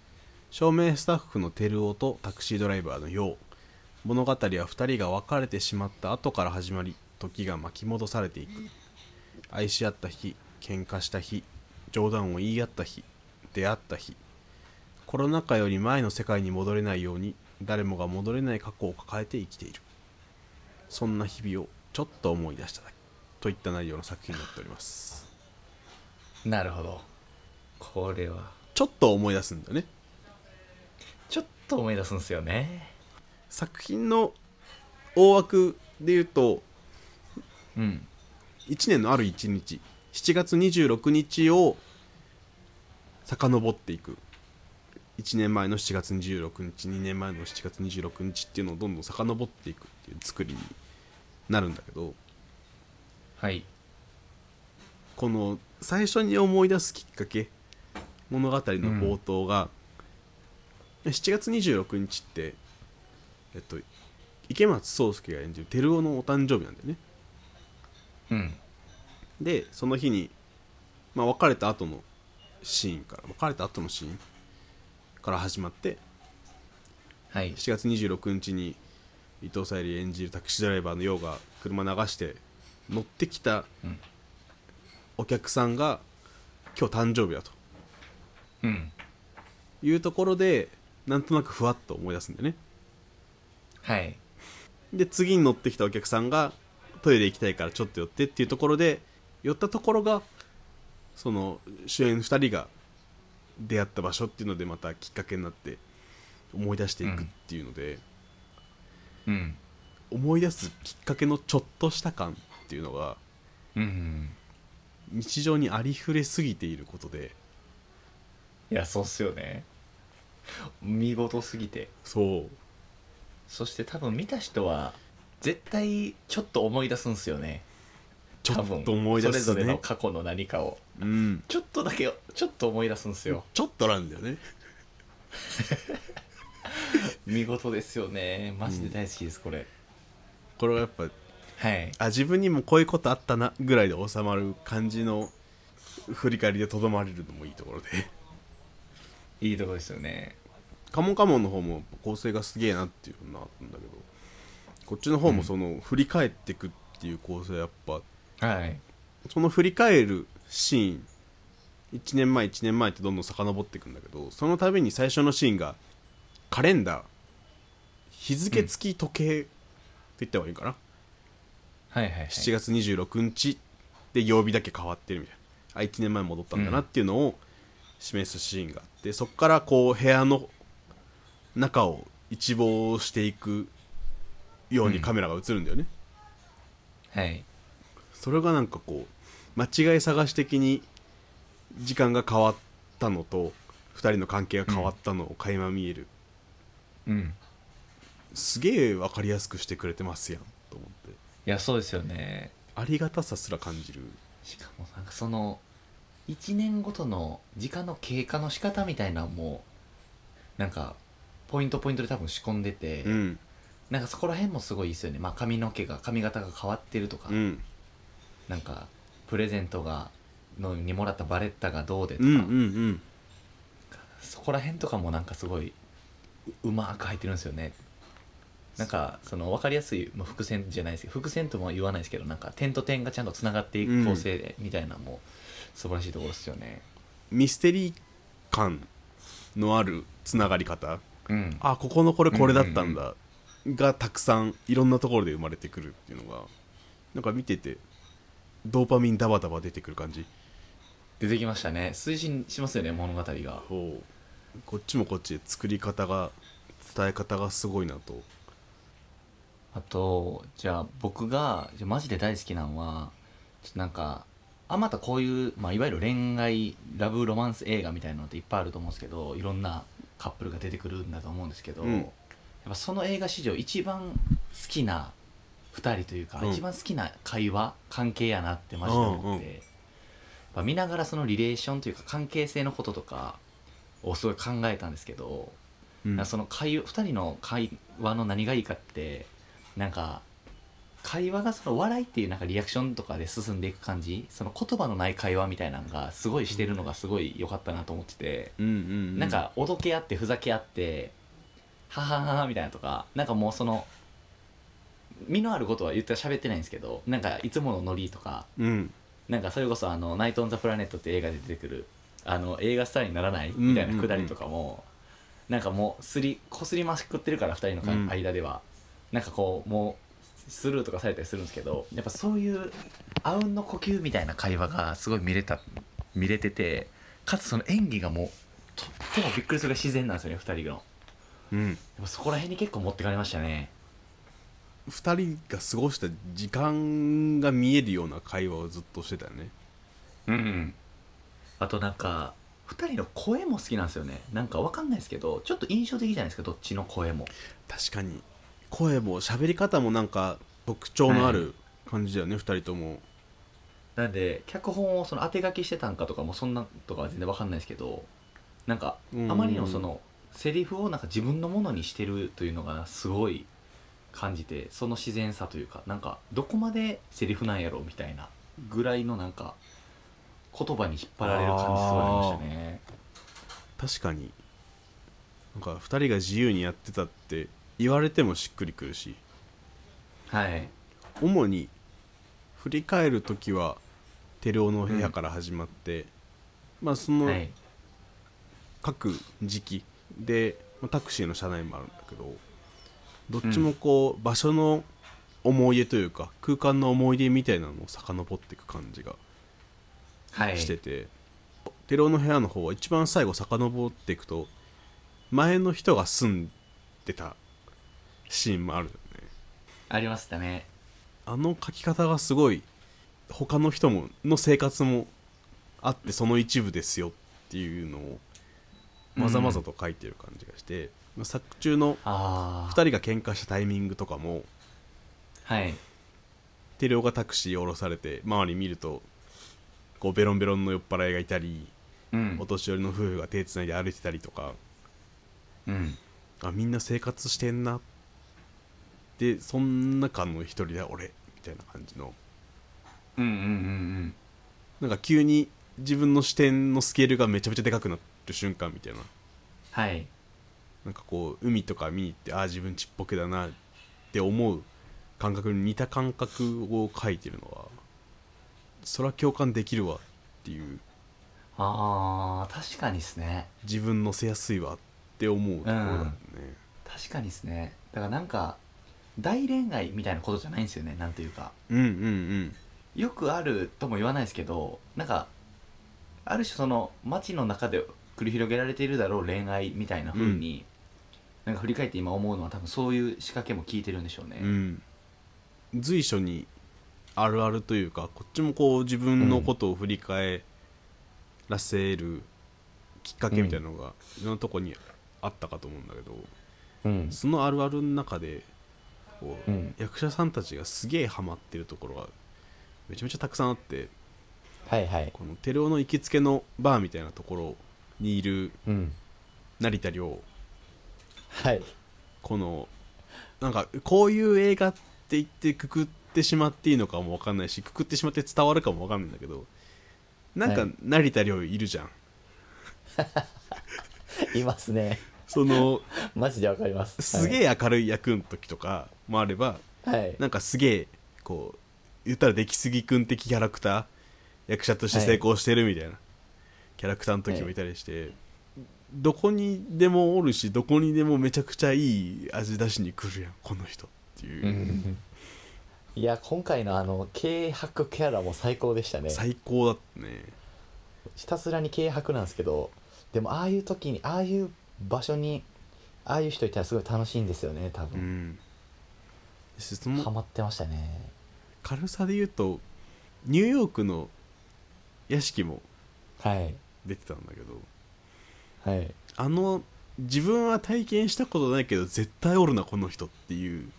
照明スタッフの照夫とタクシードライバーの陽。物語はふたりが別れてしまった後から始まり、時が巻き戻されていく。愛し合った日、喧嘩した日、冗談を言い合った日、出会った日。コロナ禍より前の世界に戻れないように、誰もが戻れない過去を抱えて生きている。そんな日々をちょっと思い出しただけといった内容の作品になっております。 なるほど。これはちょっと思い出すんだよね。 ちょっと思い出すんですよね。 作品の大枠で言うと、 うん、 いちねんのあるいちにち、しちがつにじゅうろくにちを遡っていく。いちねんまえのしちがつにじゅうろくにち、にねんまえのしちがつにじゅうろくにちっていうのをどんどん遡っていくっていう作りになるんだけど、 はい、 この最初に思い出すきっかけ、物語の冒頭が、うん、しちがつにじゅうろくにちってえっと池松壮亮が演じる照夫のお誕生日なんだよね。 うん、 でその日に、まあ、別れた後のシーンから別れた後のシーンから始まって、 はい、 しちがつにじゅうろくにちに伊藤沙莉演じるタクシードライバーの陽が車流して乗ってきたお客さんが今日誕生日だと、 うん、 いうところでなんとなくふわっと思い出すんだよね。 はい。 で次に乗ってきたお客さんがトイレ行きたいからちょっと寄ってっていうところで寄ったところがその主演ふたりが出会った場所っていうのでまたきっかけになって思い出していくっていうので、 うん、 思い出すきっかけのちょっとした感っていうのがうん、 日常にありふれすぎていることで、 いやそうっすよね。見事すぎて。 そうそして多分見た人は絶対ちょっと思い出すんすよね。 ちょっと思い出すね。 それぞれの過去の何かを、 うん、 ちょっとだけちょっと思い出すんすよ。 ちょっとなんだよね。 見事ですよね。マジで大好きです、これ。 これはやっぱはい。 あ自分にもこういうことあったなぐらいで収まる感じの振り返りでとどまれるのもいいところで、 いいところですよね。 カモンカモンの方も構成がすげえなっていうのがあったんだけど、こっちの方もその振り返っていくっていう構成はやっぱ、 はい。 その振り返るシーンいちねんまえいちねんまえってどんどん遡っていくんだけど、その度に最初のシーンがカレンダー日付付き時計って言った方がいいかな、 はいはいはい。 しちがつにじゅうろくにちで曜日だけ変わってるみたいな、あいちねんまえ戻ったんだなっていうのを示すシーンがあって、そこからこう部屋の中を一望していくようにカメラが映るんだよね、 うん、はい。 それがなんかこう間違い探し的に時間が変わったのとふたりの関係が変わったのを垣間見える、 うん、 すげえ分かりやすくしてくれてますやんと思って、 いやそうですよね。 ありがたさすら感じる。 しかもなんかそのいちねんごとの時間の経過の仕方みたいなのもなんかポイントポイントで多分仕込んでて、 うん、 なんかそこら辺もすごいいいですよね。まあ髪の毛が髪型が変わってるとか、 うん、 なんかプレゼントがのにもらったバレッタがどうでとか、 うんうんうんそこら辺とかもなんかすごいううまく入ってるんですよね。なんかその分かりやすい、まあ、伏線じゃないですけど、伏線とも言わないですけど、なんか点と点がちゃんとつながっていく構成で、みたいなのも素晴らしいところですよね。 ミステリー感のあるつながり方、 うん、 あここのこれこれだったんだがたくさんいろんなところで生まれてくるっていうのがなんか見ててドーパミンダバダバ出てくる感じ。 出てきましたね。推進しますよね、物語が。 そうこっちもこっちで作り方が伝え方がすごいなと。 あとじゃあ僕がじゃあマジで大好きなのはちょっとなんかあまたこういう、まあ、いわゆる恋愛ラブロマンス映画みたいなのっていっぱいあると思うんですけど、いろんなカップルが出てくるんだと思うんですけど、 うん、 やっぱその映画史上一番好きなふたりというか、うん、一番好きな会話関係やなってマジで思って、うんうん、やっぱ見ながらそのリレーションというか関係性のこととかをすごい考えたんですけど、うん、その会ふたりの会話の何がいいかってなんか会話がその笑いっていうなんかリアクションとかで進んでいく感じ、その言葉のない会話みたいなのがすごいしてるのがすごい良かったなと思ってて、 うんうんうん、 なんかおどけ合ってふざけ合ってははははみたいなとか、なんかもうその身のあることは言ったら喋ってないんですけど、なんかいつものノリとか、 うん、 なんかそれこそあのナイト・オン・ザ・プラネットって映画で出てくるあの映画スターにならないみたいなくだりとかも、なんかもうすりこすりまくってるからふたりのか、 うん、 間ではなんかこうもうスルーとかされたりするんですけど、やっぱそういうあうんの呼吸みたいな会話がすごい見れた見れてて、かつその演技がもうとってもびっくりするぐらい自然なんですよね、ふたりの。 うん、 やっぱそこら辺に結構持ってかれましたね。 ふたりが過ごした時間が見えるような会話をずっとしてたよね。 うん、うん、あとなんかふたりの声も好きなんですよね。なんかわかんないですけどちょっと印象的じゃないですか、どっちの声も。 確かに声も喋り方もなんか特徴のある感じだよね、はい、ふたりとも。 なんで脚本をその当て書きしてたんかとかもそんなとかは全然わかんないですけど、なんかあまりのそのセリフをなんか自分のものにしてるというのがすごい感じて、その自然さというか、なんかどこまでセリフなんやろみたいなぐらいのなんか言葉に引っ張られる感じすごいありましたね。 確かになんかふたりが自由にやってたって言われてもしっくりくるし、 はい、 主に振り返るときはテレオの部屋から始まって、うん、まあその各時期で、まあ、タクシーの車内もあるんだけど、どっちもこう、うん、場所の思い出というか空間の思い出みたいなのを遡っていく感じがしてて、はい、テレオの部屋の方は一番最後遡っていくと前の人が住んでたシーンもあるよね。 ありましたね。 あの書き方がすごい他の人もの生活もあってその一部ですよっていうのをまざまざと書いてる感じがして、うん、作中のふたりが喧嘩したタイミングとかも、 はい、 テレオがタクシーを降ろされて周り見るとこうベロンベロンの酔っ払いがいたり、うん、お年寄りの夫婦が手つないで歩いてたりとか、うん、あみんな生活してんなで、そん中の一人だ俺みたいな感じの、 うんうんうんうん、 なんか急に自分の視点のスケールがめちゃめちゃでかくなる瞬間みたいな、 はい、 なんかこう海とか見に行ってああ自分ちっぽけだなって思う感覚に似た感覚を書いてるのはそれは共感できるわっていう、 あー確かにですね、 自分乗せやすいわって思うところだね、うん、 確かにですね。だからなんか大恋愛みたいなことじゃないんですよね、なんというか、 うんうんうん、 よくあるとも言わないですけど、なんかある種その街の中で繰り広げられているだろう恋愛みたいな風に、うん、なんか振り返って今思うのは多分そういう仕掛けも効いてるんでしょうね、うん、 随所にあるあるというかこっちもこう自分のことを振り返らせるきっかけみたいなのがいろんなとこにあったかと思うんだけど、うん、そのあるあるの中でこう、うん、役者さんたちがすげえハマってるところがめちゃめちゃたくさんあって、 はいはい、 このテレオの行きつけのバーみたいなところにいる成田凌、 はい、 このなんかこういう映画って言ってくくってしまっていいのかも分かんないしくくってしまって伝わるかも分かんないんだけど、なんか成田凌いるじゃん、 はい、いますね。 そのマジでわかります。 すげえ明るい役の時とかもあれば、はい、なんかすげえこう言ったら出来すぎくん的キャラクター役者として成功してるみたいな、はい、キャラクターの時もいたりして、はい、どこにでもおるしどこにでもめちゃくちゃいい味出しに来るやんこの人っていう、うん、 いや今回のあの軽薄キャラも最高でしたね。 最高だったね。 ひたすらに軽薄なんですけど、でもああいう時にああいう場所にああいう人いたらすごい楽しいんですよね多分、うん、そのハマってましたね。 軽さで言うとニューヨークの屋敷も出てたんだけど、はい、あの自分は体験したことないけど絶対おるなこの人っていう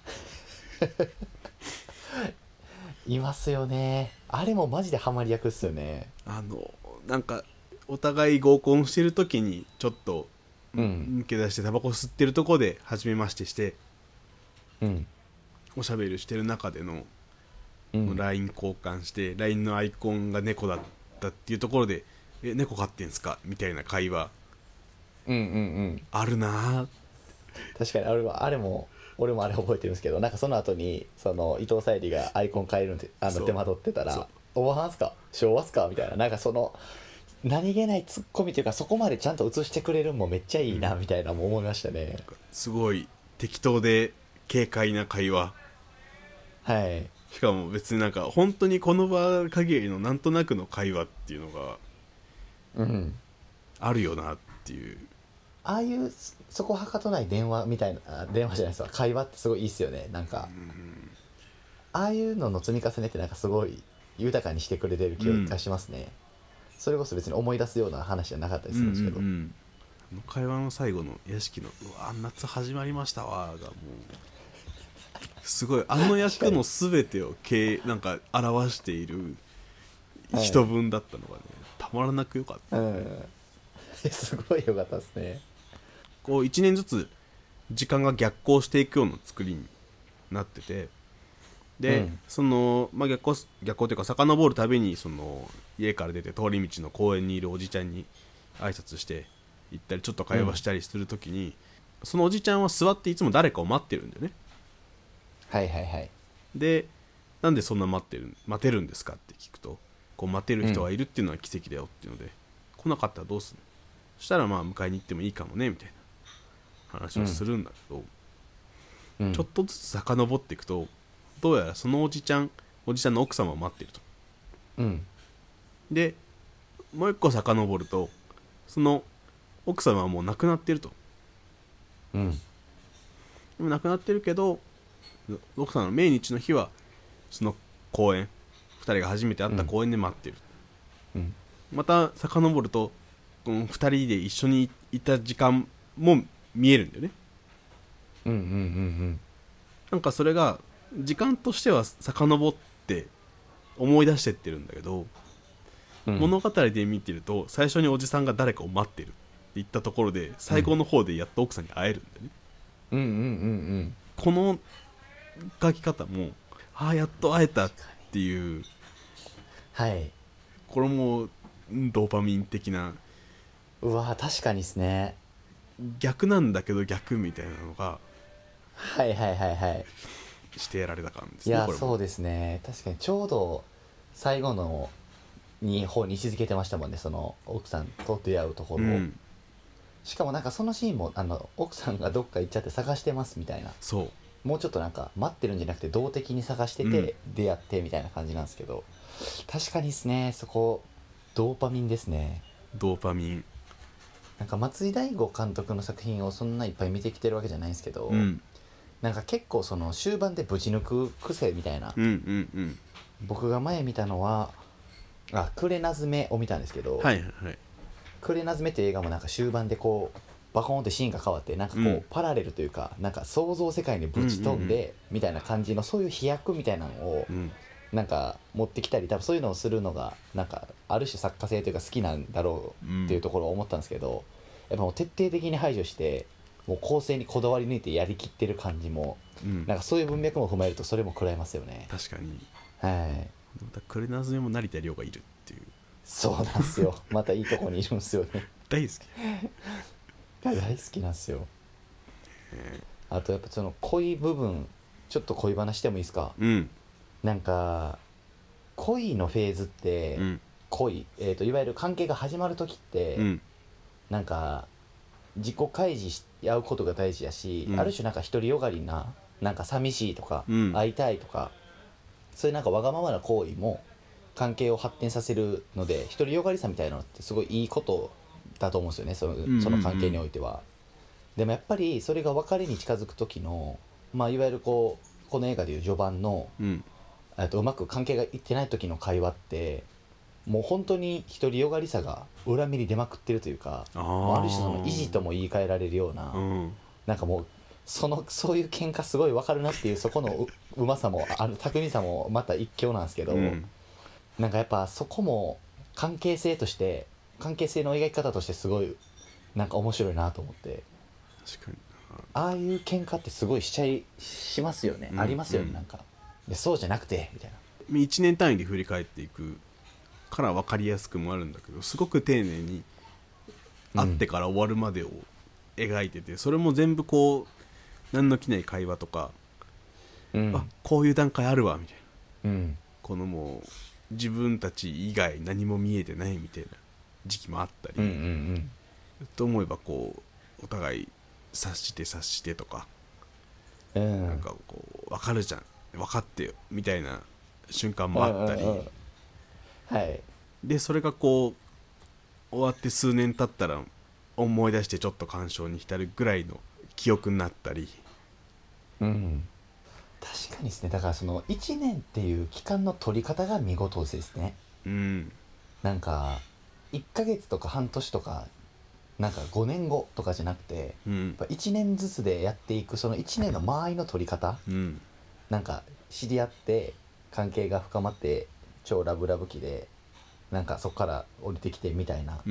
いますよね。あれもマジでハマり役っすよね。 あのなんかお互い合コンしてる時にちょっと抜け出してタバコ吸ってるとこで初めましてして、うん、 おしゃべりしてる中での、 うん、 ライン 交換して ライン のアイコンが猫だったっていうところで、え猫飼ってんすかみたいな会話うんうんうんあるな。 確かにあれはあれも俺もあれ覚えてるんですけど、なんかその後にその伊藤沙莉がアイコン変えるんであそうの手間取ってたそうら「おばはんすか昭和っすか?」みたいな、なんかその何気ないツッコミというか、そこまでちゃんと映してくれるのもめっちゃいいなみたいなも思いましたね。 すごい適当で軽快な会話、 はい。 しかも別になんか本当にこの場限りのなんとなくの会話っていうのがうんあるよなっていう。 ああいうそそこはかとない電話みたいな、あ電話じゃないですわ、会話ってすごいいいっすよね。なんか、ああいうのの積み重ねってなんかすごい豊かにしてくれてる気がしますね、うん、それこそ別に思い出すような話じゃなかったりするんですけど、 うんうんうん、あの会話の最後の屋敷の「うわ夏始まりましたわ」がもうすごいあの役の全てをけなんか表している人文だったのがね、たまらなく良かった、 うん、すごい良かったですね。 こういちねんずつ時間が逆行していくような作りになってて、で、うん、その、まあ、逆行逆行というか遡るたびにその家から出て通り道の公園にいるおじちゃんに挨拶して行ったりちょっと会話したりするときに、うん、そのおじちゃんは座っていつも誰かを待ってるんだよね。 はいはいはい。 でなんでそんな待ってる待てるんですかって聞くと、こう待てる人がいるっていうのは奇跡だよっていうので、うん、来なかったらどうするの、そしたらまあ迎えに行ってもいいかもねみたいな話をするんだけど、うん、ちょっとずつ遡っていくとどうやらそのおじちゃんおじちゃんの奥様を待ってると、うん、でもう一個遡るとその奥様はもう亡くなってると、うん、でも亡くなってるけど奥さんの命日の日はその公園ふたりが初めて会った公園で待ってる、うん、また遡るとこのふたりで一緒にいた時間も見えるんだよね。うんうんうんうん。なんかそれが時間としては遡って思い出してってるんだけど、うん、物語で見てると最初におじさんが誰かを待ってるって言ったところで最後の方でやっと奥さんに会えるんだよね。うんうんうんうん。この書き方もああやっと会えたっていう、はい、これもドーパミン的な、 うわ確かにですね、 逆なんだけど逆みたいなのがはいはいはいはいしてやられた感じですね。 いやこれもそうですね、確かにちょうど最後のに方に位置づけてましたもんね、その奥さんと出会うところを、うん、しかもなんかそのシーンもあの奥さんがどっか行っちゃって探してますみたいな、 そうもうちょっとなんか待ってるんじゃなくて動的に探してて出会ってみたいな感じなんですけど、うん、確かにですね、そこドーパミンですね。 ドーパミンなんか松井大悟監督の作品をそんないっぱい見てきてるわけじゃないんですけど、うん、なんか結構その終盤でぶち抜く癖みたいな、うんうんうん、僕が前見たのはあクレナズメを見たんですけど、はいはい、クレナズメっていう映画もなんか終盤でこうバコーンってシーンが変わってなんかこう、うん、パラレルというかなんか想像世界にぶち飛んで、うんうんうん、みたいな感じのそういう飛躍みたいなのを、うん、なんか持ってきたり多分そういうのをするのがなんかある種作家性というか好きなんだろうっていうところを思ったんですけど、やっぱもう徹底的に排除してもう構成にこだわり抜いてやりきってる感じも、うん、なんかそういう文脈も踏まえるとそれも食らいますよね。 確かに、 はい、 またクレナズメも成田凌がいるっていう。 そうなんですよまたいいとこにいるんですよね大好き大好きなんですよ。あとやっぱその恋部分ちょっと恋話してもいいですか、うん、なんか恋のフェーズって、うん、恋、えーと、いわゆる関係が始まる時って、うん、なんか自己開示し合うことが大事やし、うん、ある種なんか独りよがりななんか寂しいとか、うん、会いたいとかそういうなんかわがままな行為も関係を発展させるので独りよがりさみたいなのってすごいいいことだと思うんですよね、その、その関係においては。でもやっぱりそれが別れに近づく時の、まあ、いわゆるこうこの映画でいう序盤の、うん、とうまく関係がいってない時の会話ってもう本当に独りよがりさが裏目に出まくってるというか、あ, ある種その意地とも言い換えられるような、うん、なんかもうそのそういう喧嘩すごい分かるなっていうそこの う, うまさもあの巧みさもまた一興なんですけど、うん、なんかやっぱそこも関係性として関係性の描き方としてすごいなんか面白いなと思って、 確かにああいう喧嘩ってすごいしちゃいしますよね、 うん、 ありますよね、 うん、 なんかでそうじゃなくてみたいな、 いちねん単位で振り返っていくから分かりやすくもあるんだけど、すごく丁寧に会ってから終わるまでを描いてて、それも全部こう何の気ない会話とか、 うん、 あこういう段階あるわみたいな、 うん、 このもう自分たち以外何も見えてないみたいな時期もあったり、 うんうんうんと思えばこうお互い察して察してとか、 うんなんかこう分かるじゃん分かってよみたいな瞬間もあったり、 うんうんうん、はいでそれがこう終わって数年経ったら思い出してちょっと感傷に浸るぐらいの記憶になったり、 うん、確かにですね。だからそのいちねんっていう期間の取り方が見事ですね。 うん、 なんかいっかげつとか半年とかなんかごねんごとかじゃなくて、 うん、 やっぱいちねんずつでやっていくそのいちねんの間合いの取り方、 うん、 なんか知り合って関係が深まって超ラブラブ期でなんかそこから降りてきてみたいな、 うん、うん、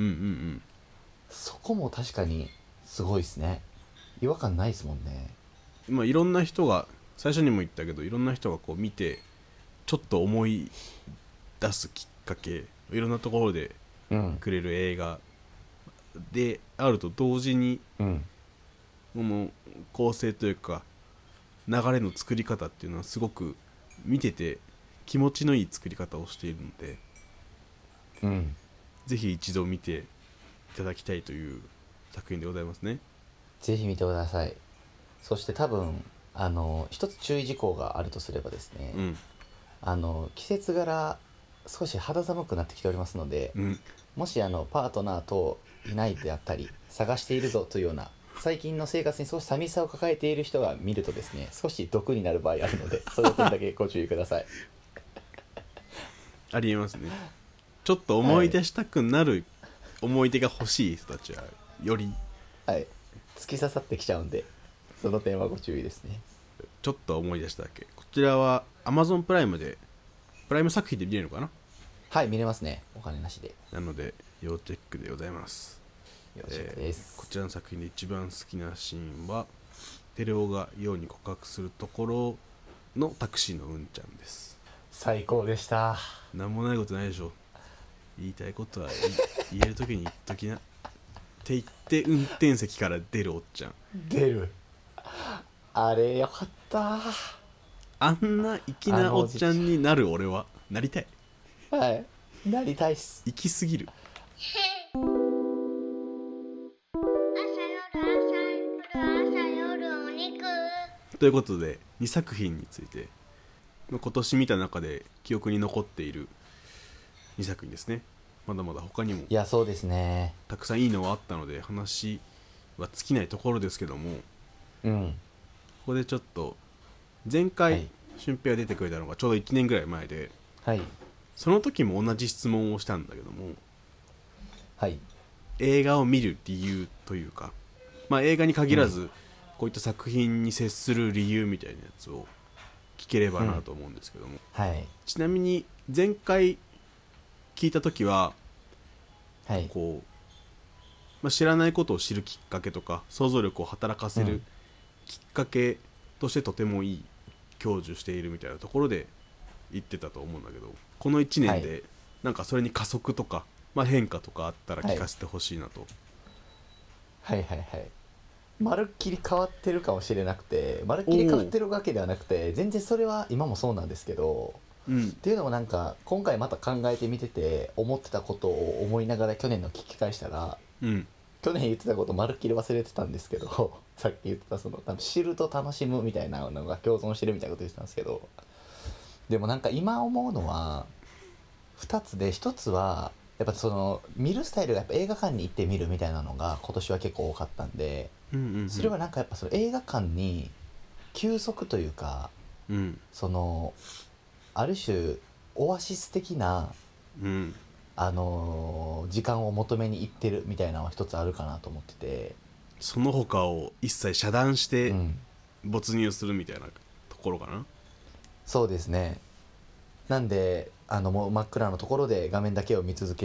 そこも確かにすごいですね。違和感ないですもんね。 うん、まあいろんな人が最初にも言ったけど、いろんな人がこう見てちょっと思い出すきっかけ、いろんなところでうんくれる映画であると同時に、 うんこの構成というか流れの作り方っていうのはすごく見てて気持ちのいい作り方をしているので、 うん、 ぜひ一度見ていただきたいという作品でございますね。 ぜひ見てください。そして多分あの一つ注意事項があるとすればですね、 うん、 あの季節柄少し肌寒くなってきておりますので、 うん、 もしあのパートナーといないであったり探しているぞというような最近の生活に少し寂しさを抱えている人が見るとですね、少し毒になる場合あるので、その点だけご注意ください。 ありえますね。ちょっと思い出したくなる思い出が欲しい人たちはよりはい、突き刺さってきちゃうんで、その点はご注意ですね。 ちょっと思い出しただけ。こちらは Amazon プライムでプライム作品で見れるのかな。 はい、見れますね、お金なしで。 なので要チェックでございます。 よろしくです、 えーこちらの作品で一番好きなシーンはテレオがヨウに告白するところのタクシーのうんちゃんです。 最高でした。 なんもないことないでしょ。言いたいことは言える時に言っときなって言って運転席から出るおっちゃん。 出る、あれよかった。 あんな粋なおっちゃんになる俺はなりたい。 はい、なりたいっす。 粋すぎる。ということでにさく品について今年見た中で記憶に残っているにさく品ですね。まだまだ他にもいや、そうですね。 たくさんいいのはあったので話は尽きないところですけども、 うん、 ここでちょっと前は回い俊平が出てくれたのがちょうどいちねんぐらい前で、 はいその時も同じ質問をしたんだけども、 はい映画を見る理由というか、まあ映画に限らずこういった作品に接する理由みたいなやつを聞ければなと思うんですけども、 はい。 ちなみに前回聞いた時ははい。 こう、まあ、知らないことを知るきっかけとか想像力を働かせるうんきっかけとしてとてもいい享受しているみたいなところで言ってたと思うんだけど、このいちねんはでなんかそれに加速とか、まあ、変化とかあったら聞かせてほしいなと。 はいはいはい。まるっきり変わってるかもしれなくて、まるっきり変わってるわけではなくて、全然それは今もそうなんですけど、 うんっていうのもなんか今回また考えてみてて思ってたことを思いながら去年の聞き返したら、 うん去年言ってたことまるっきり忘れてたんですけどさっき言ってたその多分知ると楽しむみたいなのが共存してるみたいなこと言ってたんですけど、でもなんか今思うのはふたつで、ひとつはやっぱその見るスタイルがやっぱ映画館に行って見るみたいなのが今年は結構多かったんで、 うんうんうん、 それはなんかやっぱその映画館に休息というか、 うんそのある種オアシス的なうんあのー時間を求めに行ってるみたいなのは一つあるかなと思ってて、 その他を一切遮断してうん、 没入するみたいなところかな。 そうですね。なんであのもう真っ暗なところで画面だけを見続ける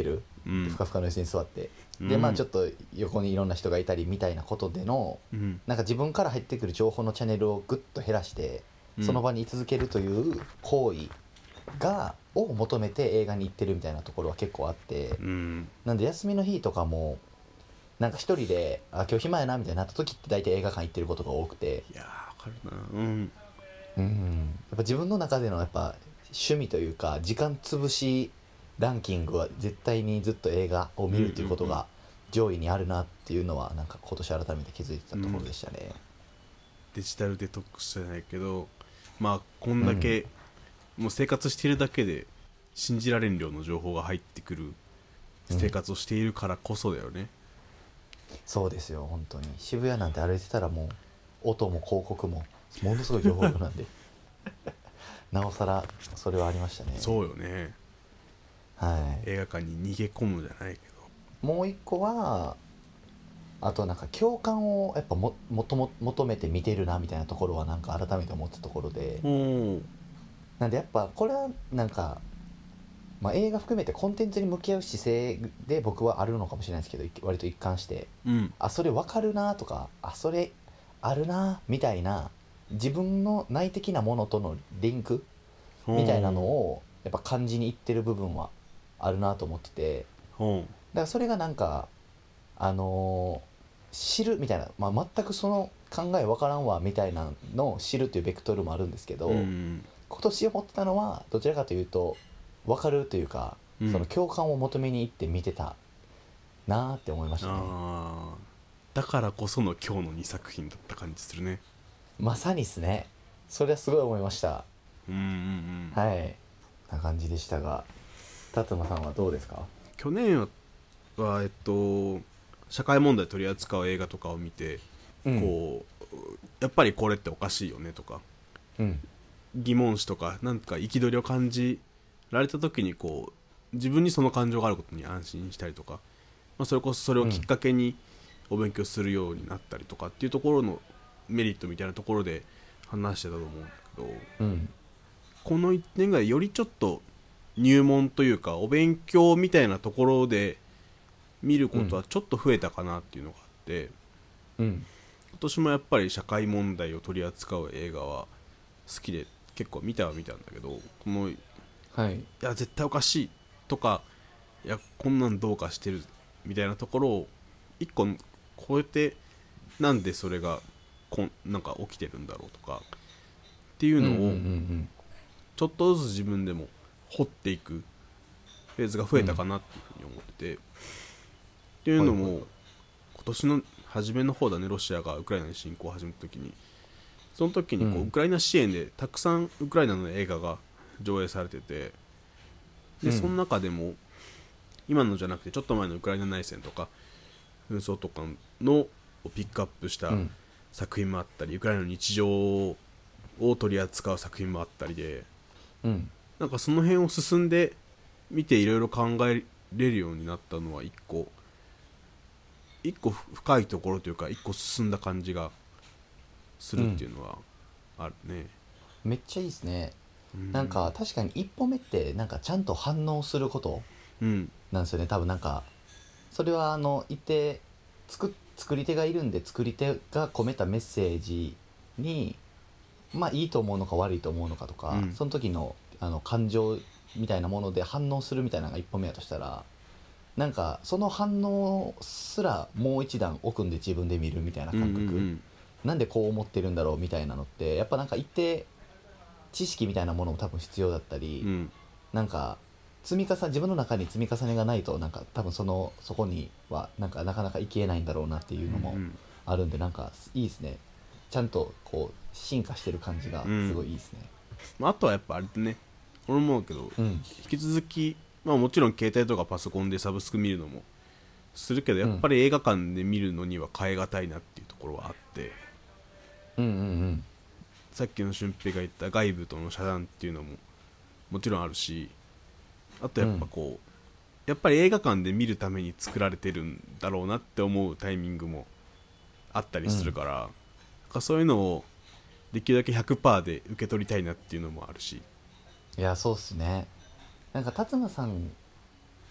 うんふかふかの椅子に座って、 うんでまあちょっと横にいろんな人がいたりみたいなことでのうんなんか自分から入ってくる情報のチャンネルをぐっと減らしてうんその場に居続けるという行為がを求めて映画に行ってるみたいなところは結構あって、 うんなんで休みの日とかもなんか一人であ今日暇やなみたいになった時って大体映画館行ってることが多くて、 いやーわかるなうんうんやっぱ自分の中でのやっぱ趣味というか時間潰しランキングは絶対にずっと映画を見るということうんうんうんが上位にあるなっていうのはなんか今年改めて気づいてたところでしたね。 デジタルデトックスじゃないけどまあこんだけ、もう生活しているだけで信じられん量の情報が入ってくる生活をしているからこそだよね、 そうですよ本当に渋谷なんて歩いてたらもう音も広告もものすごい情報量なんでなおさらそれはありましたね。 そうよねはい映画館に逃げ込むじゃないけもう一個はあとなんか共感をやっぱももとも求めて見てるなみたいなところはなんか改めて思ったところで、 どおなんでやっぱこれはなんか、まあ、映画含めてコンテンツに向き合う姿勢で僕はあるのかもしれないですけど割と一貫してうんあそれ分かるなとかあそれあるなみたいな自分の内的なものとのリンクみたいなのをやっぱ感じにいってる部分はあるなと思ってて、 ほうだからそれがなんかあのー知るみたいな、まあ、全くその考え分からんわみたいなのを知るっていうベクトルもあるんですけど、 うん今年思ってたのはどちらかというと分かるというか、 うんその共感を求めに行って見てたなーって思いましたね。 あーだからこその今日のにさく品だった感じするねまさにっすねそれはすごい思いました。 うんうんうんはいな感じでしたが辰馬さんはどうですか？ 去年はえっと社会問題取り扱う映画とかを見て、 うんこうやっぱりこれっておかしいよねとかうん疑問視とかなんか憤りを感じられた時にこう自分にその感情があることに安心したりとか、まあ、それこそそれをきっかけにお勉強するようになったりとかっていうところのメリットみたいなところで話してたと思うんだけど、 うんこのいってんぐらいよりちょっと入門というかお勉強みたいなところで見ることはちょっと増えたかなっていうのがあって、 うん今年もやっぱり社会問題を取り扱う映画は好きで結構見たは見たんだけど、このいはいや絶対おかしいとかいやこんなんどうかしてるみたいなところを一個超えてなんでそれがこんなんか起きてるんだろうとかっていうのをうんうんうんちょっとずつ自分でも掘っていくフェーズが増えたかなっていうふうに思ってて、っていうのも、 はいはいはい今年の初めの方だねロシアがウクライナに侵攻を始めた時にその時にこう、 うんウクライナ支援でたくさんウクライナの映画が上映されててで、 うんその中でも今のじゃなくてちょっと前のウクライナ内戦とか紛争とかのをピックアップしたうん作品もあったり、ウクライナの日常を取り扱う作品もあったりでうんなんかその辺を進んで見ていろいろ考えれるようになったのは一個一個深いところというか一個進んだ感じがするっていうのはあるね、 めっちゃいいですね。 うん、 なんか確かに一歩目ってなんかちゃんと反応することうんなんですよね多分。なんかそれはあの一定作作り手がいるんで作り手が込めたメッセージにまあいいと思うのか悪いと思うのかとか、 うんその時のあの感情みたいなもので反応するみたいなのが一歩目やとしたらなんかその反応すらもう一段奥んで自分で見るみたいな感覚、 うんうんなんでこう思ってるんだろうみたいなのってやっぱなんか一定知識みたいなものも多分必要だったり、 うんうんなんか積み重ね自分の中に積み重ねがないとなんか多分そのそこにはなんかなかなかいけないんだろうなっていうのもうんあるんでなんかいいですね。ちゃんとこう進化してる感じがすごいいいですね。 まあ、あとはやっぱあれでね俺も思うけど、 うん引き続き、まあ、もちろん携帯とかパソコンでサブスク見るのもするけどやっぱり映画館で見るのには変え難いなっていうところはあってうんうんうんさっきの俊平が言った外部との遮断っていうのももちろんあるしあとやっぱこう、やっぱり映画館で見るために作られてるんだろうなって思うタイミングもあったりするから、なんかそういうのをできるだけ ひゃくパーセント で受け取りたいなっていうのもあるしいやそうっすね。なんか辰馬さん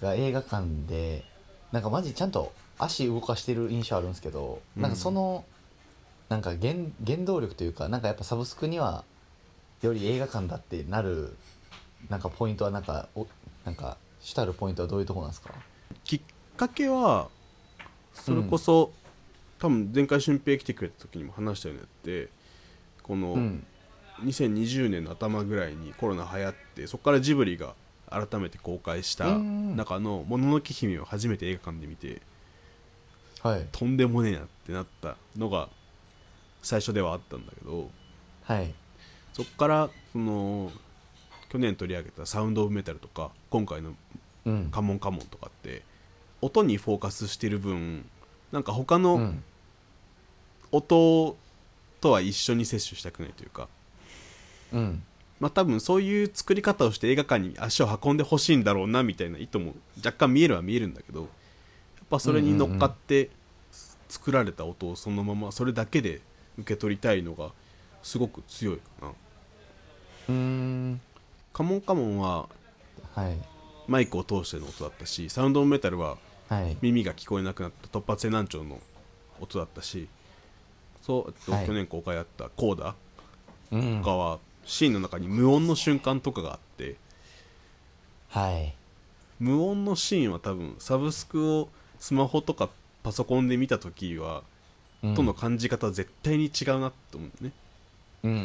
が映画館でなんかマジちゃんと足動かしてる印象あるんですけど、うん、なんかそのなんか 原, 原動力というか、なんかやっぱサブスクにはより映画館だってなるなんかポイントはなんかおなんか主たるポイントはどういうところなんですか？ きっかけはそれこそ、うん、多分前回俊平来てくれた時にも話したようになって、このにせんにじゅうねんの頭ぐらいにコロナ流行って、そこからジブリが改めて公開した中のもののけ姫を初めて映画館で見て、 はい、 とんでもねえなってなったのが最初ではあったんだけど、 はい、 そこからその去年取り上げたサウンドオブメタルとか今回のカモンカモンとかって、うん、音にフォーカスしてる分なんか他の音とは一緒に摂取したくないというか、 うん、 まあ多分そういう作り方をして映画館に足を運んでほしいんだろうなみたいな意図も若干見えるは見えるんだけど、やっぱそれに乗っかって作られた音をそのままそれだけで受け取りたいのがすごく強いかな。 うーんカモンカモンはマイクを通しての音だったし、サウンドオブメタルは耳が聞こえなくなった突発性難聴の音だったし、そう、はい、去年公開あったコーダとかはシーンの中に無音の瞬間とかがあって、 はい、 無音のシーンは多分サブスクをスマホとかパソコンで見た時は、うん、との感じ方は絶対に違うなって思うね、 うんうんうん、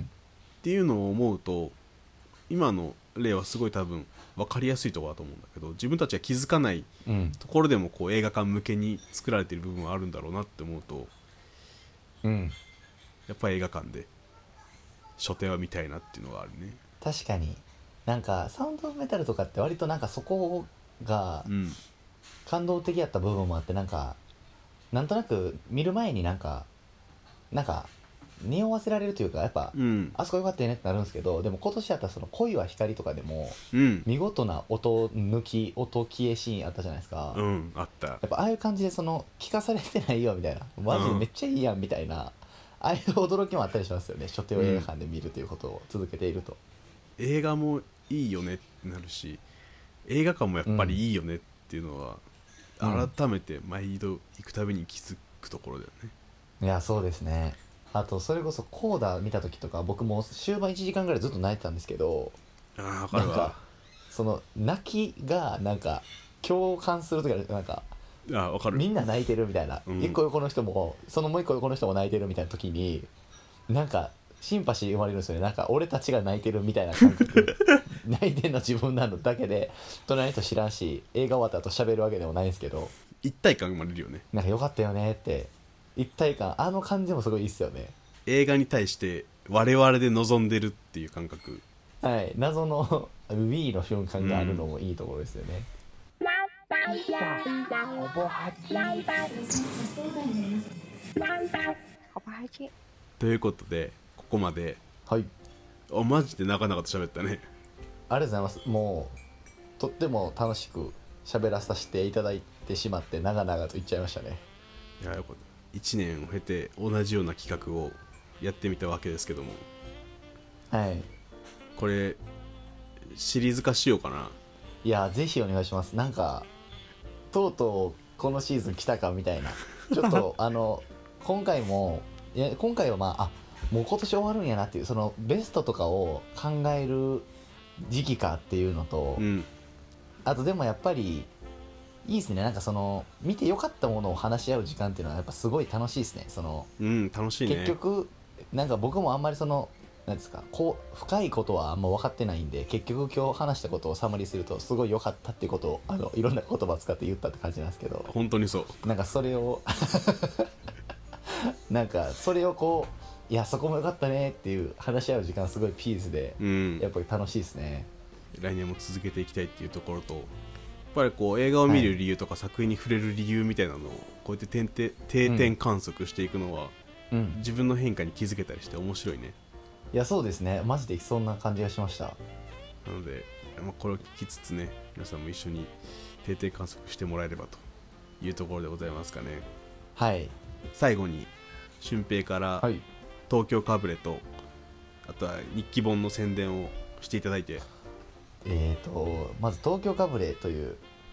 っていうのを思うと今の例はすごい多分分かりやすいところだと思うんだけど、自分たちが気づかないところでもこう映画館向けに作られている部分はあるんだろうなって思うと、 うん、 やっぱり映画館で書店は見たいなっていうのがあるね。 確かになんかサウンドオブメタルとかって割となんかそこが感動的やった部分もあって、なんかなんとなく見る前になんかなんか匂わせられるというか、やっぱ、うん、あそこよかったよねってなるんですけど、でも今年やったらその恋は光とかでも、うん、見事な音抜き音消えシーンあったじゃないですか、 うん、あった。 やっぱああいう感じでその聞かされてないよみたいな、マジでめっちゃいいやんみたいな、うん、ああいう驚きもあったりしますよね、書店を映画館で見るということを続けていると、 うん、映画もいいよねってなるし、映画館もやっぱりいいよねっていうのは、うん、改めて毎度行くたびに気づくところだよね。 いやそうですね。あとそれこそコーダ見た時とか僕も終盤いちじかんぐらいずっと泣いてたんですけど、 あ分かるわ。 その泣きがなんか共感する時はなんかあ分かる、 みんな泣いてるみたいな、うん、一個横の人もそのもう一個横の人も泣いてるみたいな時になんかシンパシー生まれるんですよね。なんか俺たちが泣いてるみたいな感覚泣いてんの自分なのだけで隣の人知らんし、映画終わった後喋るわけでもないんですけど、 一体感生まれるよね。 なんかよかったよねって一体感、あの感じもすごいいいっすよね。 映画に対して我々で望んでるっていう感覚、 はい、謎の Wii の瞬間があるのもいいところですよね、 ということでここまで、 はい、 あマジで長々と喋ったね。 ありがとうございます。もうとっても楽しく喋らさせていただいてしまって長々と言っちゃいましたね。 いやよかった。いちねんを経て同じような企画をやってみたわけですけども、 はい、 これシリーズ化しようかな。 いやぜひお願いします。なんかとうとうこのシーズン来たかみたいなちょっとあの今回もいや今回はまああもう今年終わるんやなっていう、そのベストとかを考える時期かっていうのと、うん、あとでもやっぱりいいですね。なんかその見てよかったものを話し合う時間っていうのはやっぱすごい楽しいですね。そのうん楽しいね。 結局なんか僕もあんまりそのなんですかこう深いことはあんま分かってないんで、結局今日話したことをサマリーするとすごい良かったっていうことをあのいろんな言葉を使って言ったって感じなんですけど、 本当にそうなんかそれをなんかそれをこういやそこも良かったねっていう話し合う時間すごいピースで、うん、やっぱり楽しいですね。 来年も続けていきたいっていうところと、やっぱりこう映画を見る理由とか作品に触れる理由みたいなのをこうやって点々定点観測していくのは、うん、自分の変化に気づけたりして面白いね。 いやそうですね、マジでそんな感じがしました。 なので、まあ、これを聞きつつね、皆さんも一緒に定点観測してもらえればというところでございますかね。 はい。 最後に俊平から東京かぶれと、あとは日記本の宣伝をしていただいて。 えーとまず東京かぶれという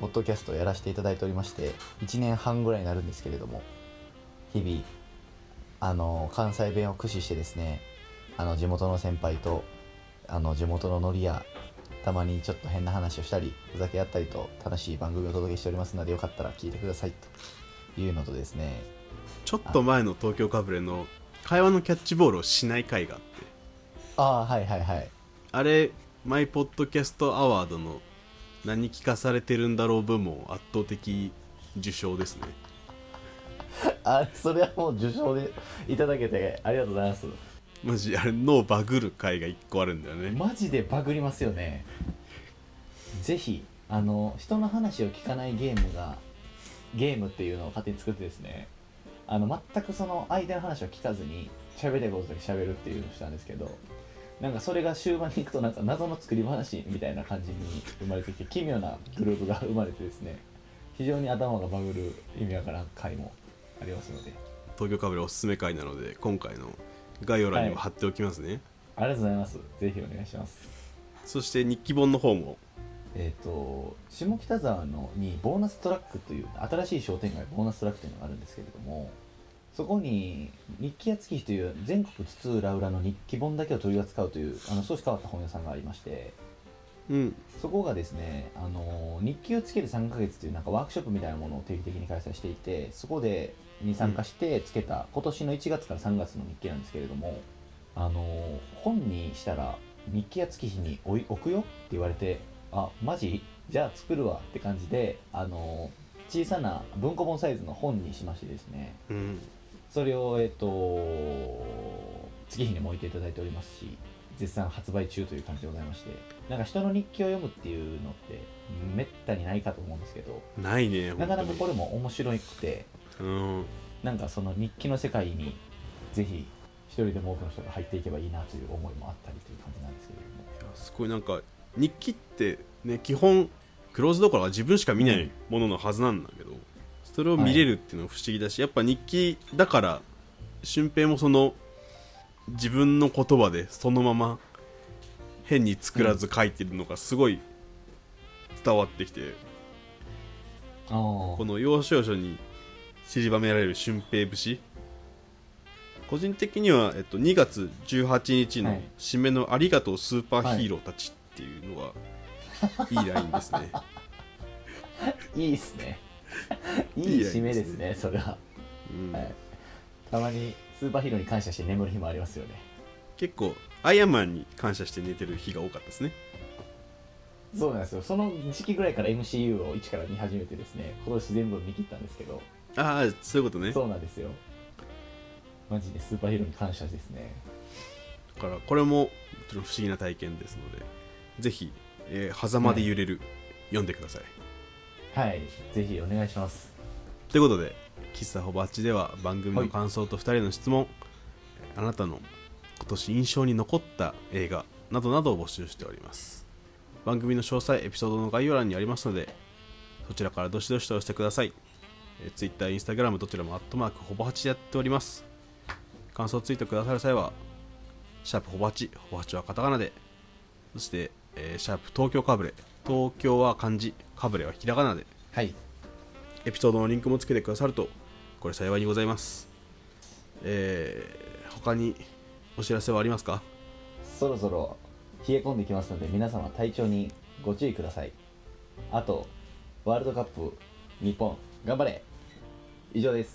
ポッドキャストをやらせていただいておりまして、いちねんはんぐらいになるんですけれども、日々あの関西弁を駆使してですね、あの地元の先輩とあの地元のノリやたまにちょっと変な話をしたりふざけ合ったりと楽しい番組をお届けしておりますので、よかったら聞いてくださいというのとですね、 ちょっと前の東京かぶれの会話のキャッチボールをしない回があって、 ああはいはいはい、 あれマイポッドキャストアワードの何聞かされてるんだろう部門圧倒的受賞ですね。 あそれはもう受賞でいただけてありがとうございます。 マジあれ脳バグる回がいっこあるんだよね。 マジでバグりますよね。ぜひあの人の話を聞かないゲームがゲームっていうのを勝手に作ってですね、あの全くその相手の話を聞かずに喋りたいことだけ喋るっていうのをしたんですけど、なんかそれが終盤に行くとなんか謎の作り話みたいな感じに生まれてきて、奇妙なグループが生まれてですね、非常に頭がバグる意味わからん回もありますので、 東京かぶれおすすめ回なので今回の概要欄にも貼っておきますね、 はい、ありがとうございます。ぜひお願いします。 そして日記本の方もえー、と下北沢のにボーナストラックという新しい商店街ボーナストラックというのがあるんですけれども、そこに日記や月日という全国津々浦々の日記本だけを取り扱うというあの少し変わった本屋さんがありまして、 うん、 そこがですね、あの日記をつけるさんかげつというなんかワークショップみたいなものを定期的に開催していて、そこでに参加してつけた、うん、今年のいちがつからさんがつの日記なんですけれども、あの本にしたら日記や月日に置くよって言われて、あマジじゃあ作るわって感じで、あの小さな文庫本サイズの本にしましてですね、 うん、 それをえっと月日にも置いていただいておりますし、絶賛発売中という感じでございまして、なんか人の日記を読むっていうのってめったにないかと思うんですけど、 ないね、 なかなかこれも面白くて、 うん、 なんかその日記の世界にぜひ一人でも多くの人が入っていけばいいなという思いもあったりという感じなんですけれども、 いやすごいなんか日記ってね、基本クローズドから自分しか見ないもののはずなんだけど、それを見れるっていうのは不思議だし、はい、やっぱ日記だから俊平もその自分の言葉でそのまま変に作らず書いてるのがすごい伝わってきて、うん、この要所要所に散りばめられる俊平節、個人的には、えっと、にがつじゅうはちにちの締めのありがとうスーパーヒーローたちっていうのが、はいいいラインですね。 いいですね。いい締めですね、いいですねそれは、うんはい。たまにスーパーヒーローに感謝して眠る日もありますよね。 結構アイアンマンに感謝して寝てる日が多かったですね。 そうなんですよ。その時期ぐらいから エムシーユー をいちから見始めてですね、今年全部見切ったんですけど。 ああ、そういうことね。 そうなんですよ。マジでスーパーヒーローに感謝ですね。 だからこれも不思議な体験ですので、ぜひえー、狭間で揺れる、はい、読んでください。 はい、ぜひお願いします。 ということで喫茶ほぼはちでは番組の感想とふたりの質問、はい、あなたの今年印象に残った映画などなどを募集しております。番組の詳細エピソードの概要欄にありますので、そちらからどしどしと押してください。えー、Twitter、Instagram どちらもアットマークほぼはちでやっております。感想ツイートくださる際はシャープほぼはち、ほぼはちはカタカナで、そしてえー、シャープ東京かぶれ、東京は漢字、かぶれはひらがなで、 はい、 エピソードのリンクもつけてくださるとこれ幸いにございます。えー、他にお知らせはありますか？ そろそろ冷え込んできますので皆様体調にご注意ください。あとワールドカップ日本頑張れ。以上です。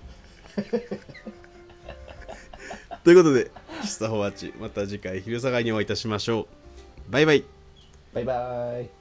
ということで喫茶ほぼはち、また次回昼下がりにお会いいたしましょう。バイバイ。 バイバイ。